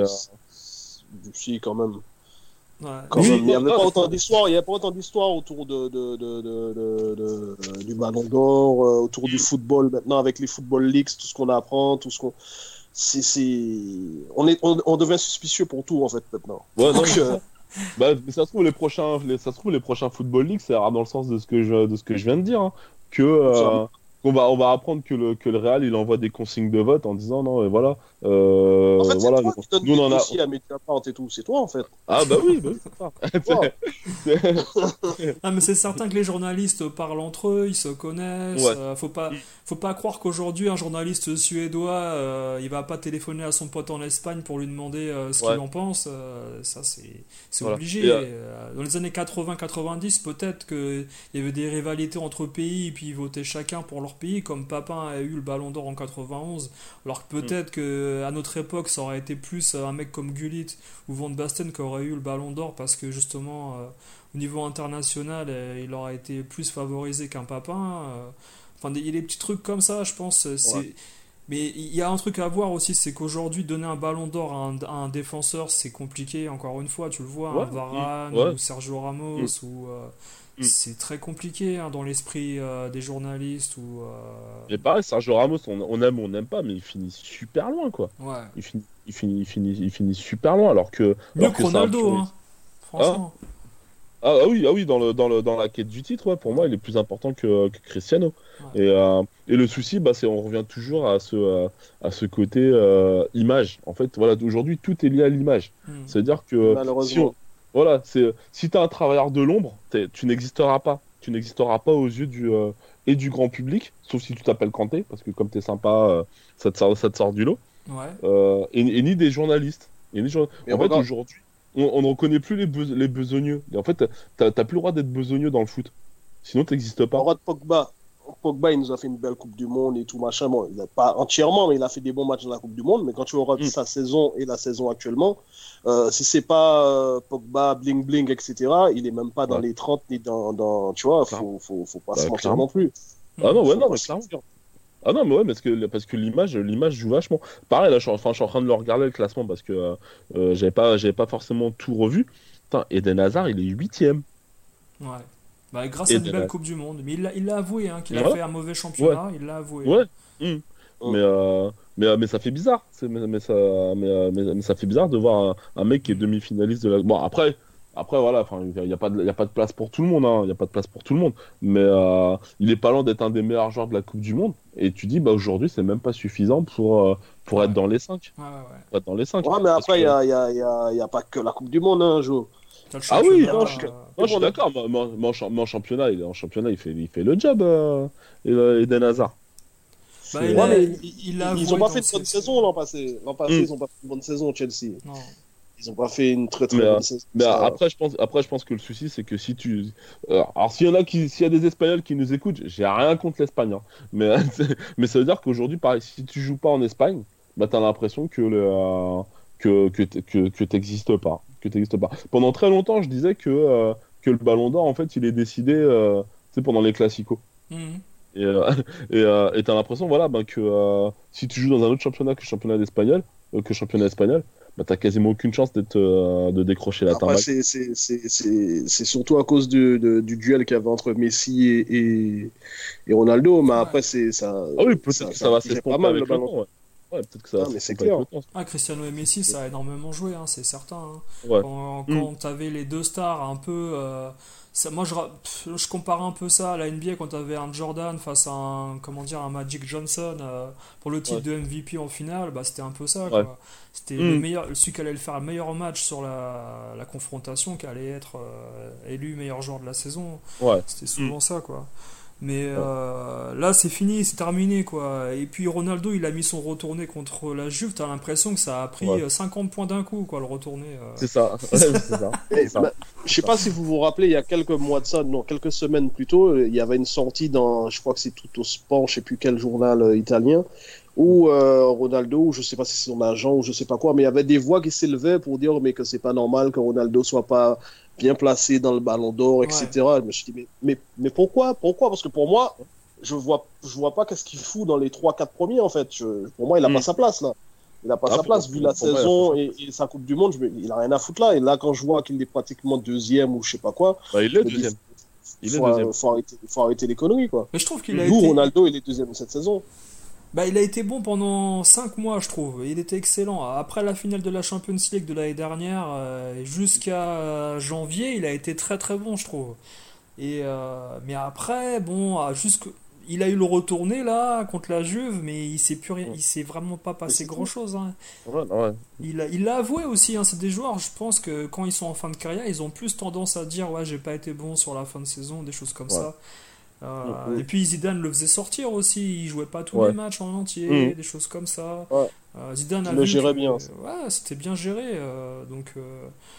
et, euh... si, quand même. Ouais. Quand oui, même. Il n'y avait pas autant d'histoire. Il n'y avait pas autant d'histoire autour de, de, de, de, de, de, du Ballon d'Or, euh, autour oui. du football. Maintenant, avec les football leagues, tout ce qu'on apprend, tout ce qu'on C'est, c'est... On, est, on, on devient suspicieux pour tout en fait maintenant. Ouais, donc, non, euh... bah, ça se trouve les prochains, les, ça se trouve les prochains football league, ça ira dans le sens de ce que je, de ce que je viens de dire, hein, que euh, on va, on va apprendre que le, que le Real il envoie des consignes de vote en disant non et voilà. Euh, en fait, voilà, c'est toi qui donne nous, des on a... dossiers à Mediapart et tout, c'est toi en fait. Ah bah oui, bah oui c'est ça. c'est... c'est... ah mais c'est certain que les journalistes parlent entre eux, ils se connaissent. Ouais. Euh, faut pas, faut pas croire qu'aujourd'hui un journaliste suédois, euh, il va pas téléphoner à son pote en Espagne pour lui demander euh, ce ouais. qu'il en pense. Euh, ça c'est, c'est voilà. obligé. Et, euh... Dans les années quatre-vingts quatre-vingt-dix, peut-être que il y avait des rivalités entre pays et puis ils votaient chacun pour leur pays, comme Papin a eu le Ballon d'Or en quatre-vingt-onze. Alors que peut-être mm. que à notre époque, ça aurait été plus un mec comme Gullit ou Van Basten qui aurait eu le Ballon d'Or parce que justement, euh, au niveau international, euh, il aurait été plus favorisé qu'un Papin. Euh, enfin, il y a des petits trucs comme ça, je pense. C'est... Ouais. Mais il y a un truc à voir aussi, c'est qu'aujourd'hui, donner un Ballon d'Or à un, à un défenseur, c'est compliqué. Encore une fois, tu le vois, ouais. un Varane ouais. ou Sergio Ramos mm. ou... Euh, c'est très compliqué hein, dans l'esprit euh, des journalistes ou. Euh... Et pareil, Sergio Ramos, on, on aime ou on n'aime pas, mais il finit super loin, quoi. Ouais. Il finit, il finit, il finit, il finit super loin, alors que. Mieux alors que Ronaldo, hein. Franchement. Ah, ah oui, ah oui, dans le dans le dans la quête du titre, ouais, pour moi, il est plus important que, que Cristiano. Ouais. Et euh, et le souci, bah, c'est on revient toujours à ce à, à ce côté euh, image. En fait, voilà, aujourd'hui, tout est lié à l'image. Hmm. C'est-à-dire que si on Voilà, c'est si t'es un travailleur de l'ombre, tu n'existeras pas. Tu n'existeras pas aux yeux du euh, et du grand public, sauf si tu t'appelles Kanté, parce que comme t'es sympa, euh, ça te sort, ça te sort du lot. Ouais. Euh, et, et ni des journalistes. Et ni jour... En regarde... fait, aujourd'hui, on, on ne reconnaît plus les, be- les besogneux. Et en fait, t'as, t'as plus le droit d'être besogneux dans le foot. Sinon, t'existes pas. Regarde Pogba. Pogba, il nous a fait une belle Coupe du Monde et tout machin. Bon, il a pas entièrement, mais il a fait des bons matchs dans la Coupe du Monde. Mais quand tu regardes mm. sa saison et la saison actuellement, euh, si c'est pas euh, Pogba, bling bling, et cetera, il est même pas dans ouais. les trente ni dans, dans, tu vois, faut, faut, faut pas bah, se mentir non plus. Ah non, ouais, non, mais clairement. Ah non, mais ouais, parce que, parce que l'image, l'image joue vachement. Pareil, là, je suis, enfin, je suis en train de le regarder le classement parce que euh, j'avais pas, j'avais pas forcément tout revu. Putain, Eden Hazard, il est huitième. Ouais. Bah, grâce à une belle Coupe du Monde. Mais il l'a, il l'a avoué, hein, qu'il ouais. a fait un mauvais championnat, ouais. il l'a avoué. Ouais. Mmh. Oh. Mais, euh, mais, mais ça fait bizarre. C'est, mais, mais, ça, mais, mais, mais ça fait bizarre de voir un, un mec qui est demi-finaliste de la. Bon, après, après voilà, il n'y a, a pas de place pour tout le monde. Il hein, n'y a pas de place pour tout le monde. Mais euh, il est pas loin d'être un des meilleurs joueurs de la Coupe du Monde. Et tu dis, bah, aujourd'hui, c'est même pas suffisant pour, euh, pour ouais. être dans les cinq. Ouais, ouais, ouais. Pour être dans les cinq. Ouais, mais après, il que... n'y a, a, a, a pas que la Coupe du Monde, hein, Jo. Ah oui, non, je, non, je suis d'accord. Mais en championnat, il, en championnat, il fait, il fait le job, euh, Eden Hazard. Bah, il, ouais, a, il, il a ils n'ont pas fait une bonne saison l'an passé. L'an passé, mm. ils n'ont pas fait une bonne saison, Chelsea. Non. Ils n'ont pas fait une très très mais, bonne saison. Mais ça... après, je pense, après, je pense que le souci, c'est que si tu. Euh, alors, s'il y en a qui, s'il y a des Espagnols qui nous écoutent, j'ai rien contre l'Espagne. Hein. Mais, mais ça veut dire qu'aujourd'hui, pareil, si tu joues pas en Espagne, bah, t'as l'impression que le, euh, que, que, que, que t'existes pas. Que t'existes pas. Pendant très longtemps, je disais que, euh, que le Ballon d'Or, en fait, il est décidé euh, pendant les Classicos. Mmh. Et, euh, et, euh, et t'as l'impression, voilà, bah, que euh, si tu joues dans un autre championnat que le championnat d'espagnol, euh, que le championnat espagnol, bah, t'as quasiment aucune chance d'être, euh, de décrocher la timbale. C'est, c'est, c'est, c'est, c'est surtout à cause de, de, du duel qu'il y avait entre Messi et, et, et Ronaldo, mais après, c'est ça. Ah oui, peut-être ça, que ça, ça va s'estomper pas mal avec le ballon. Ouais. Ouais, peut-être que ça ah, mais c'est clair. Ah, Cristiano et Messi, ça a énormément joué, hein, c'est certain. Hein. Ouais. Quand, quand mm. t'avais les deux stars un peu. Euh, ça, moi, je, je compare un peu ça à la N B A quand t'avais un Jordan face à un, comment dire, un Magic Johnson euh, pour le titre ouais. de M V P en finale, bah, c'était un peu ça. Quoi. Ouais. C'était mm. le meilleur, celui qui allait le faire le meilleur match sur la, la confrontation, qui allait être euh, élu meilleur joueur de la saison. Ouais. C'était souvent mm. ça, quoi. Mais euh, là, c'est fini, c'est terminé, quoi. Et puis Ronaldo, il a mis son retourné contre la Juve. T'as l'impression que ça a pris ouais. cinquante points d'un coup, quoi, le retourné. Euh... C'est ça. Ouais, c'est ça. C'est ça. Bah, je sais pas si vous vous rappelez, il y a quelques mois de ça, non, quelques semaines plus tôt, il y avait une sortie dans, je crois que c'est Tutto Sport, je sais plus quel journal euh, italien, où euh, Ronaldo, ou je sais pas si c'est son agent ou je sais pas quoi, mais il y avait des voix qui s'élevaient pour dire mais que c'est pas normal que Ronaldo soit pas bien placé dans le Ballon d'Or, et cetera. Ouais. Je me suis dit mais, mais, mais pourquoi pourquoi Parce que pour moi, je vois, je vois pas qu'est-ce qu'il fout dans les trois quatre premiers en fait. Je, pour moi, il a mmh. pas sa place là. Il n'a pas ah, sa place, vu la saison et, et sa Coupe du Monde, je me, il n'a rien à foutre là. Et là, quand je vois qu'il est pratiquement deuxième ou je sais pas quoi, bah, il est deuxième. Il faut, est deuxième. Faut arrêter, faut arrêter les conneries, quoi. Mais je trouve qu'il a Nous, été... Ronaldo, il est deuxième cette saison. Bah, il a été bon pendant cinq mois, je trouve. Il était excellent. Après la finale de la Champions League de l'année dernière, euh, jusqu'à janvier, il a été très très bon, je trouve. Et euh, mais après, bon, jusque... il a eu le retourné là contre la Juve, mais il s'est plus rien... il s'est vraiment pas passé grand chose. Hein. Ouais, ouais. Il a, il l'a avoué aussi. Hein. C'est des joueurs, je pense que quand ils sont en fin de carrière, ils ont plus tendance à dire ouais, j'ai pas été bon sur la fin de saison, des choses comme ouais. ça. Euh, ouais. Et puis Zidane le faisait sortir aussi. Il jouait pas tous ouais. les matchs en entier, mmh. des choses comme ça. Ouais. Euh, Zidane a il le gérait que... bien. Ouais, c'était bien géré. Euh, donc. Euh...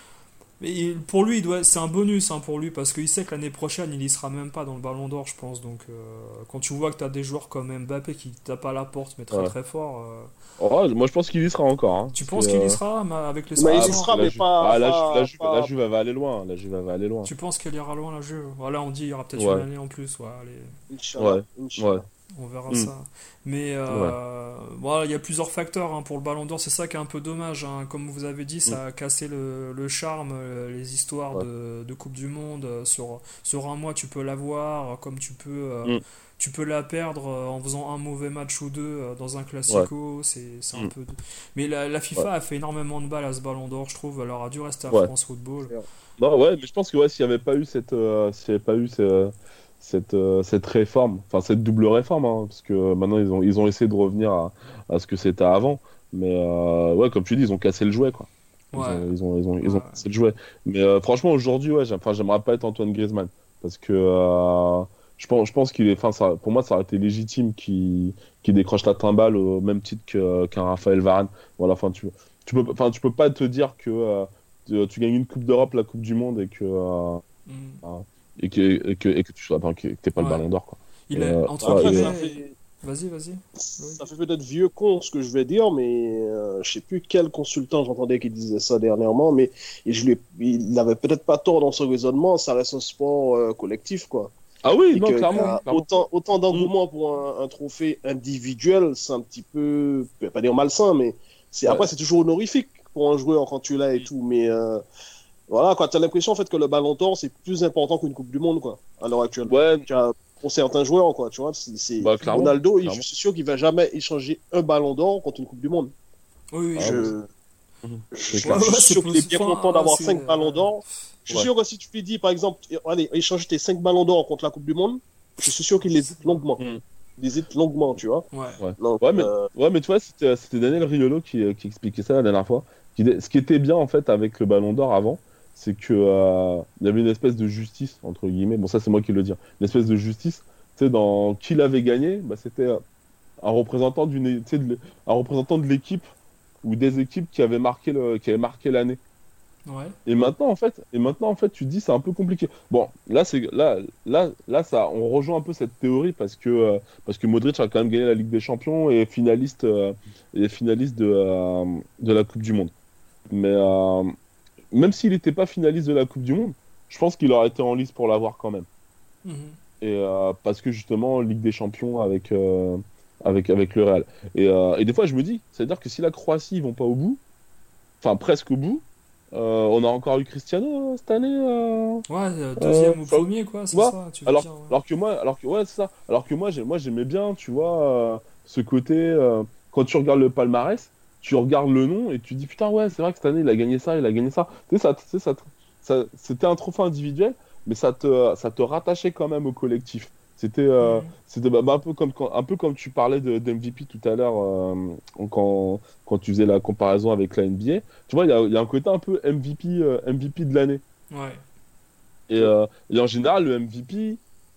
Mais pour lui, il doit... c'est un bonus hein, pour lui parce qu'il sait que l'année prochaine, il y sera même pas dans le Ballon d'Or, je pense. Donc, euh, quand tu vois que tu as des joueurs comme Mbappé qui tapent à la porte, mais très ouais. très fort. Euh... Oh, moi, je pense qu'il y sera encore. Hein, tu penses qu'il y sera avec les mais il y sera, mais pas. Ah, la, pas, la, Juve, pas... la Juve va aller loin. La Juve va aller loin. Tu penses qu'elle ira loin, la Juve? Voilà, on dit il y aura peut-être ouais. une année en plus. Ouais, allez. Inch'Allah. Ouais. Inch'Allah. Ouais. On verra mm. ça. Mais euh, ouais. voilà, il y a plusieurs facteurs hein, pour le Ballon d'Or. C'est ça qui est un peu dommage. Hein. Comme vous avez dit, ça a cassé le, le charme, les histoires ouais. de, de Coupe du Monde. Sur, sur un mois, tu peux l'avoir, comme tu peux, euh, mm. tu peux la perdre en faisant un mauvais match ou deux dans un classico. Ouais. C'est, c'est un mm. peu. Mais la, la FIFA ouais. a fait énormément de balles à ce Ballon d'Or, je trouve. Elle aurait dû rester à ouais. France Football. Non, ouais, mais je pense que ouais, s'il n'y avait pas eu cette, euh, s'il n'y avait pas eu cette, cette, euh, cette réforme, enfin cette double réforme, hein, parce que maintenant ils ont, ils ont essayé de revenir à, à ce que c'était avant, mais euh, ouais, comme tu dis, ils ont cassé le jouet, quoi. Ils, ouais. ont, ils ont, ils ont, ils ont ouais. cassé le jouet. Mais euh, franchement, aujourd'hui, ouais, j'aime, j'aimerais pas être Antoine Griezmann, parce que euh, je pense, je pense qu'il est, enfin, ça, pour moi, ça aurait été légitime qu'il, qu'il décroche la timbale au même titre que, qu'un Raphaël Varane. Voilà, enfin, tu, tu peux, enfin, tu peux pas te dire que euh, tu, tu gagnes une Coupe d'Europe, la Coupe du Monde, et que euh, mm. euh, Et que, et, que, et que tu sois enfin, que t'es pas ouais. le Ballon d'Or, quoi. Il est euh, entre ouais, guillemets. ça fait... Vas-y, vas-y. Ça fait peut-être vieux con ce que je vais dire, mais euh, je sais plus quel consultant j'entendais qui disait ça dernièrement, mais et je lui, il n'avait peut-être pas tort dans son raisonnement. Ça reste un sport euh, collectif, quoi. Ah oui, et non, que, clairement, euh, clairement. Autant, autant d'engouement mmh. pour un, un trophée individuel, c'est un petit peu, je vais pas dire malsain, mais c'est ouais. après c'est toujours honorifique pour un joueur quand tu l'as et tout, mais euh, voilà, quoi, t'as l'impression en fait que le Ballon d'Or c'est plus important qu'une Coupe du Monde, quoi, à l'heure actuelle. Ouais. Tu as, pour certains joueurs, quoi, tu vois, c'est, c'est... Bah, Ronaldo, clairement. je suis sûr qu'il va jamais échanger un Ballon d'Or contre une Coupe du Monde. Oui, oui. Je, mmh. je, je, je suis sûr qu'il est bien content d'avoir cinq Ballons d'Or. Je suis ouais. sûr que si tu lui dis, par exemple, allez, échange tes cinq Ballons d'Or contre la Coupe du Monde, je suis sûr qu'il hésite longuement. Mmh. Il hésite longuement, tu vois. Ouais, ouais. Donc, ouais, mais, euh... ouais, mais tu vois, c'était, c'était Daniel Riolo qui, qui expliquait ça la dernière fois. Qui, ce qui était bien, en fait, avec le Ballon d'Or avant, c'est que euh, il y avait une espèce de justice, entre guillemets. Bon, ça, c'est moi qui le dis. Une espèce de justice. Tu sais, dans qui l'avait gagné, bah, c'était un représentant d'une, tu sais, de, un représentant de l'équipe ou des équipes qui avaient marqué le, qui avaient marqué l'année. Ouais. Et maintenant, en fait, et maintenant, en fait, tu te dis, c'est un peu compliqué. Bon, là, c'est, là, là, là, ça, on rejoint un peu cette théorie parce que, euh, parce que Modric a quand même gagné la Ligue des Champions et est finaliste, euh, et finaliste de, euh, de la Coupe du Monde. Mais euh, même s'il n'était pas finaliste de la Coupe du Monde, je pense qu'il aurait été en lice pour l'avoir quand même. Mm-hmm. Et euh, parce que justement, Ligue des Champions avec, euh, avec, avec le Real. Et, euh, et des fois, je me dis, c'est-à-dire que si la Croatie ils vont pas au bout, enfin presque au bout, euh, on a encore eu Cristiano cette année. Euh, ouais, deuxième euh, ou premier, quoi, c'est vois, ça. Tu veux alors, dire, ouais. alors que moi, alors que ouais, c'est ça. Alors que moi, j'ai, moi, j'aimais bien, tu vois, euh, ce côté euh, quand tu regardes le palmarès, tu regardes le nom et tu dis putain ouais, c'est vrai que cette année il a gagné ça, il a gagné ça. Tu sais ça, tu sais, ça, ça, c'était un trophée individuel. Mais ça te, ça te rattachait quand même au collectif. C'était, euh, mmh. c'était bah, bah, un, peu comme, quand, un peu comme tu parlais de, d'M V P tout à l'heure, euh, quand, quand tu faisais la comparaison avec la N B A. Tu vois, il y a, y a un côté un peu M V P, euh, M V P de l'année. Ouais. Et, euh, et en général, le M V P,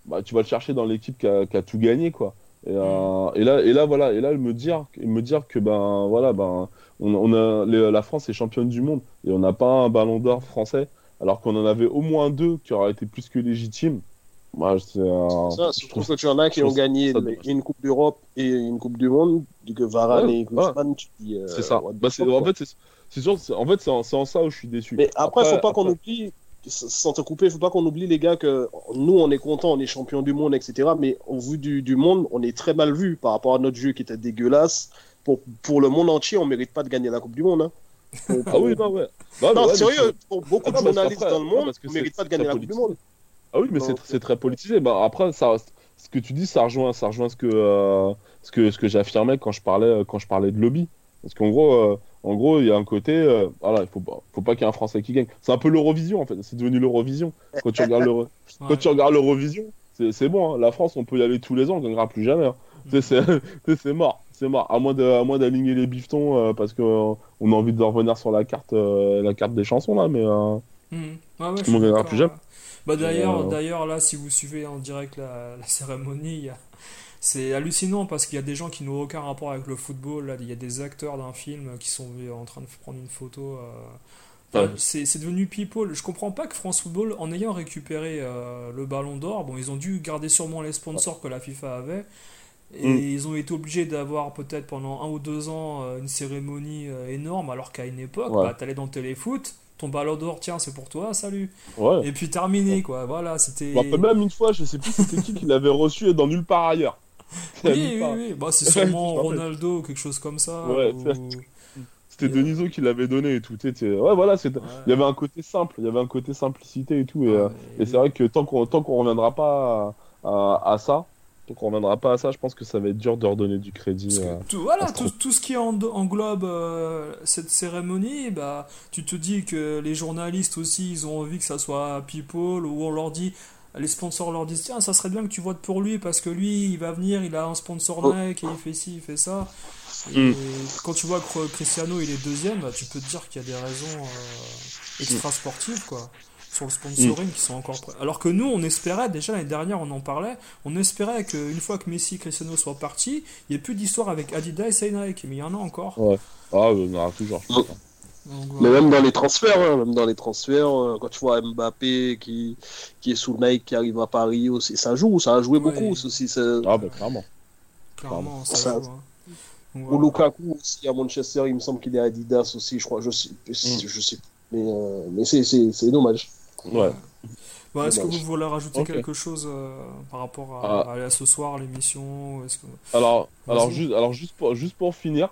bah, tu vas le chercher dans l'équipe qui a, qui a tout gagné, quoi. Et, euh, et là, et là, voilà, et là, me dire, me dire que ben, voilà, ben, on, on a, les, la France est championne du monde et on n'a pas un Ballon d'Or français, alors qu'on en avait au moins deux qui auraient été plus que légitimes. Moi, c'est, euh, c'est ça, je trouve que tu en as qui ont gagné une Coupe d'Europe et une Coupe du Monde, que Varane ouais, et Griezmann, ouais. tu dis. Euh, c'est ça. Bah, c'est, en fait, c'est, c'est sûr, c'est, en fait, c'est en, c'est en ça où je suis déçu. Mais après, après faut pas après... qu'on oublie. Sans te couper, il ne faut pas qu'on oublie, les gars, que nous, on est contents, on est champion du monde, et cetera. Mais au vu du, du monde, on est très mal vu par rapport à notre jeu qui était dégueulasse. Pour, pour le monde entier, on ne mérite pas de gagner la Coupe du Monde. Hein. Pour, pour... Ah oui, non, ouais. Non, non ouais, sérieux, pour beaucoup ah, de journalistes dans le monde, non, on ne mérite pas de gagner la Coupe du Monde. Ah oui, mais Donc, c'est, c'est très politisé. Bah, après, ça, ce que tu dis, ça rejoint, ça rejoint ce que, euh, ce que, ce que j'affirmais quand je parlais, quand je parlais de lobby. Parce qu'en gros, euh, en gros, il y a un côté, euh, voilà, il faut pas, faut pas qu'il y ait un Français qui gagne. C'est un peu l'Eurovision en fait. C'est devenu l'Eurovision. Quand tu regardes l'Euro... ouais. Quand tu regardes l'Eurovision, c'est, c'est bon. Hein. La France, on peut y aller tous les ans, on gagnera plus jamais. Hein. Mmh. C'est, c'est, c'est mort, c'est mort. À moins de, à moins d'aligner les bifetons euh, parce que euh, on a envie de revenir sur la carte, euh, la carte des chansons là, mais euh, mmh. ah ouais, on gagnera plus jamais. Ouais. Bah d'ailleurs, euh... d'ailleurs là, si vous suivez en direct la, la cérémonie, il y a... c'est hallucinant parce qu'il y a des gens qui n'ont aucun rapport avec le football. Là, il y a des acteurs d'un film qui sont en train de prendre une photo. Euh... Enfin, ouais. c'est, c'est devenu people. Je comprends pas que France Football, en ayant récupéré euh, le Ballon d'Or, bon, ils ont dû garder sûrement les sponsors que la FIFA avait. Et mm. ils ont été obligés d'avoir peut-être pendant un ou deux ans une cérémonie énorme, alors qu'à une époque, ouais. bah, t'allais dans le téléfoot. Ton Ballon d'Or, tiens, c'est pour toi, salut. Ouais. Et puis terminé, quoi. Voilà, c'était. Bah, même une fois, je sais plus c'était qui qui l'avait reçu dans nulle part ailleurs. Oui, oui, part. oui. Bah, c'est sûrement Ronaldo ou quelque chose comme ça. Ouais, ou... C'était et Denisot euh... qui l'avait donné et tout. Ouais, voilà, c'est... Ouais. Il y avait un côté simple, il y avait un côté simplicité et tout. Et, ouais, et... et c'est vrai que tant qu'on tant qu'on reviendra pas à, à, à ça. Donc on reviendra pas à ça, je pense que ça va être dur de redonner du crédit. Euh, tout, voilà, tout, tout ce qui englobe euh, cette cérémonie, bah, tu te dis que les journalistes aussi, ils ont envie que ça soit people, ou on leur dit, les sponsors leur disent, tiens, ça serait bien que tu votes pour lui, parce que lui, il va venir, il a un sponsor Nike, et il fait ci, il fait ça. Et mm. quand tu vois que Cristiano, il est deuxième, bah, tu peux te dire qu'il y a des raisons euh, extra-sportives, quoi. Sur le sponsoring mmh. qui sont encore prêts. Alors que nous, on espérait, déjà l'année dernière, on en parlait, on espérait qu'une fois que Messi et Cristiano soient partis, il n'y ait plus d'histoire avec Adidas et Nike, mais il y en a encore. Ouais. Ah, il y en aura toujours. Je pense. Donc, mais ouais. même dans les transferts, hein, même dans les transferts, euh, quand tu vois Mbappé qui, qui est sous Nike, qui arrive à Paris aussi, ça joue, ça a joué ouais. beaucoup aussi. Ça... Ah, bah clairement. Clairement, ça, ça joue. Hein. Ou ouais. Lukaku aussi à Manchester, il me semble qu'il est Adidas aussi, je crois, je sais, mmh. je sais. Mais, euh, mais c'est, c'est, c'est dommage. Ouais. Bah, est-ce que vous voulez rajouter okay. quelque chose euh, par rapport à, ah. à, à ce soir, l'émission est-ce que... Alors, alors, juste, alors juste, pour, juste pour finir,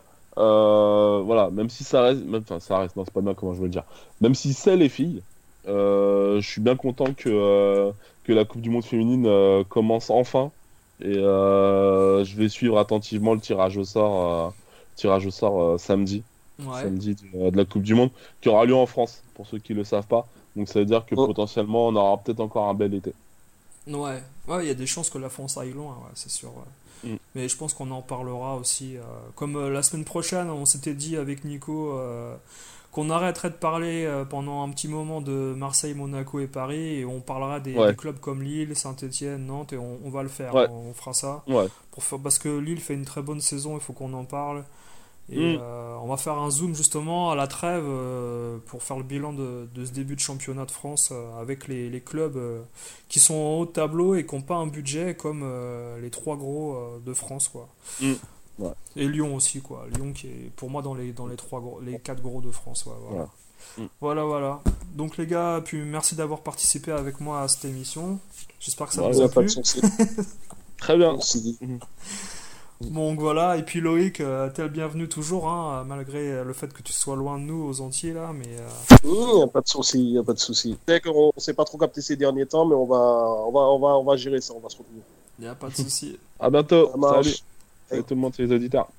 euh, voilà, même si ça reste, même, enfin ça reste, non c'est pas bien comment je veux le dire, même si c'est les filles, euh, je suis bien content que, euh, que la Coupe du Monde féminine euh, commence enfin et euh, je vais suivre attentivement le tirage au sort, euh, tirage au sort euh, samedi, ouais. samedi de, de la Coupe du Monde qui aura lieu en France pour ceux qui le savent pas. Donc ça veut dire que oh. potentiellement on aura peut-être encore un bel été. Ouais, ouais, il y a des chances que la France aille loin, ouais, c'est sûr. Ouais. Mm. Mais je pense qu'on en parlera aussi. Euh, comme euh, la semaine prochaine, on s'était dit avec Nico euh, qu'on arrêterait de parler euh, pendant un petit moment de Marseille, Monaco et Paris, et on parlera des, ouais. des clubs comme Lille, Saint-Etienne, Nantes, et on, on va le faire. Ouais. On, on fera ça. Ouais. Pour faire, parce que Lille fait une très bonne saison, il faut qu'on en parle. Et mmh. euh, on va faire un zoom justement à la trêve euh, pour faire le bilan de, de ce début de championnat de France euh, avec les, les clubs euh, qui sont en haut de tableau et qui n'ont pas un budget comme euh, les trois gros euh, de France, quoi. Mmh. Ouais. Et Lyon aussi, quoi. Lyon qui est pour moi dans les, dans les, trois gros, les quatre gros de France. Ouais, voilà. Ouais. Mmh. voilà, voilà. Donc les gars, puis merci d'avoir participé avec moi à cette émission. J'espère que ça ouais, vous a plu. Très bien. Donc voilà, et puis Loïc, euh, t'es le bienvenu toujours, hein, malgré le fait que tu sois loin de nous aux Antilles là, mais... Euh... Mmh, y a pas de souci, y a pas de souci. C'est qu'on s'est pas trop capté ces derniers temps, mais on va, on va, on va, on va gérer ça, on va se retrouver. Y a pas de souci. À bientôt, salut. Salut tout le monde, les auditeurs.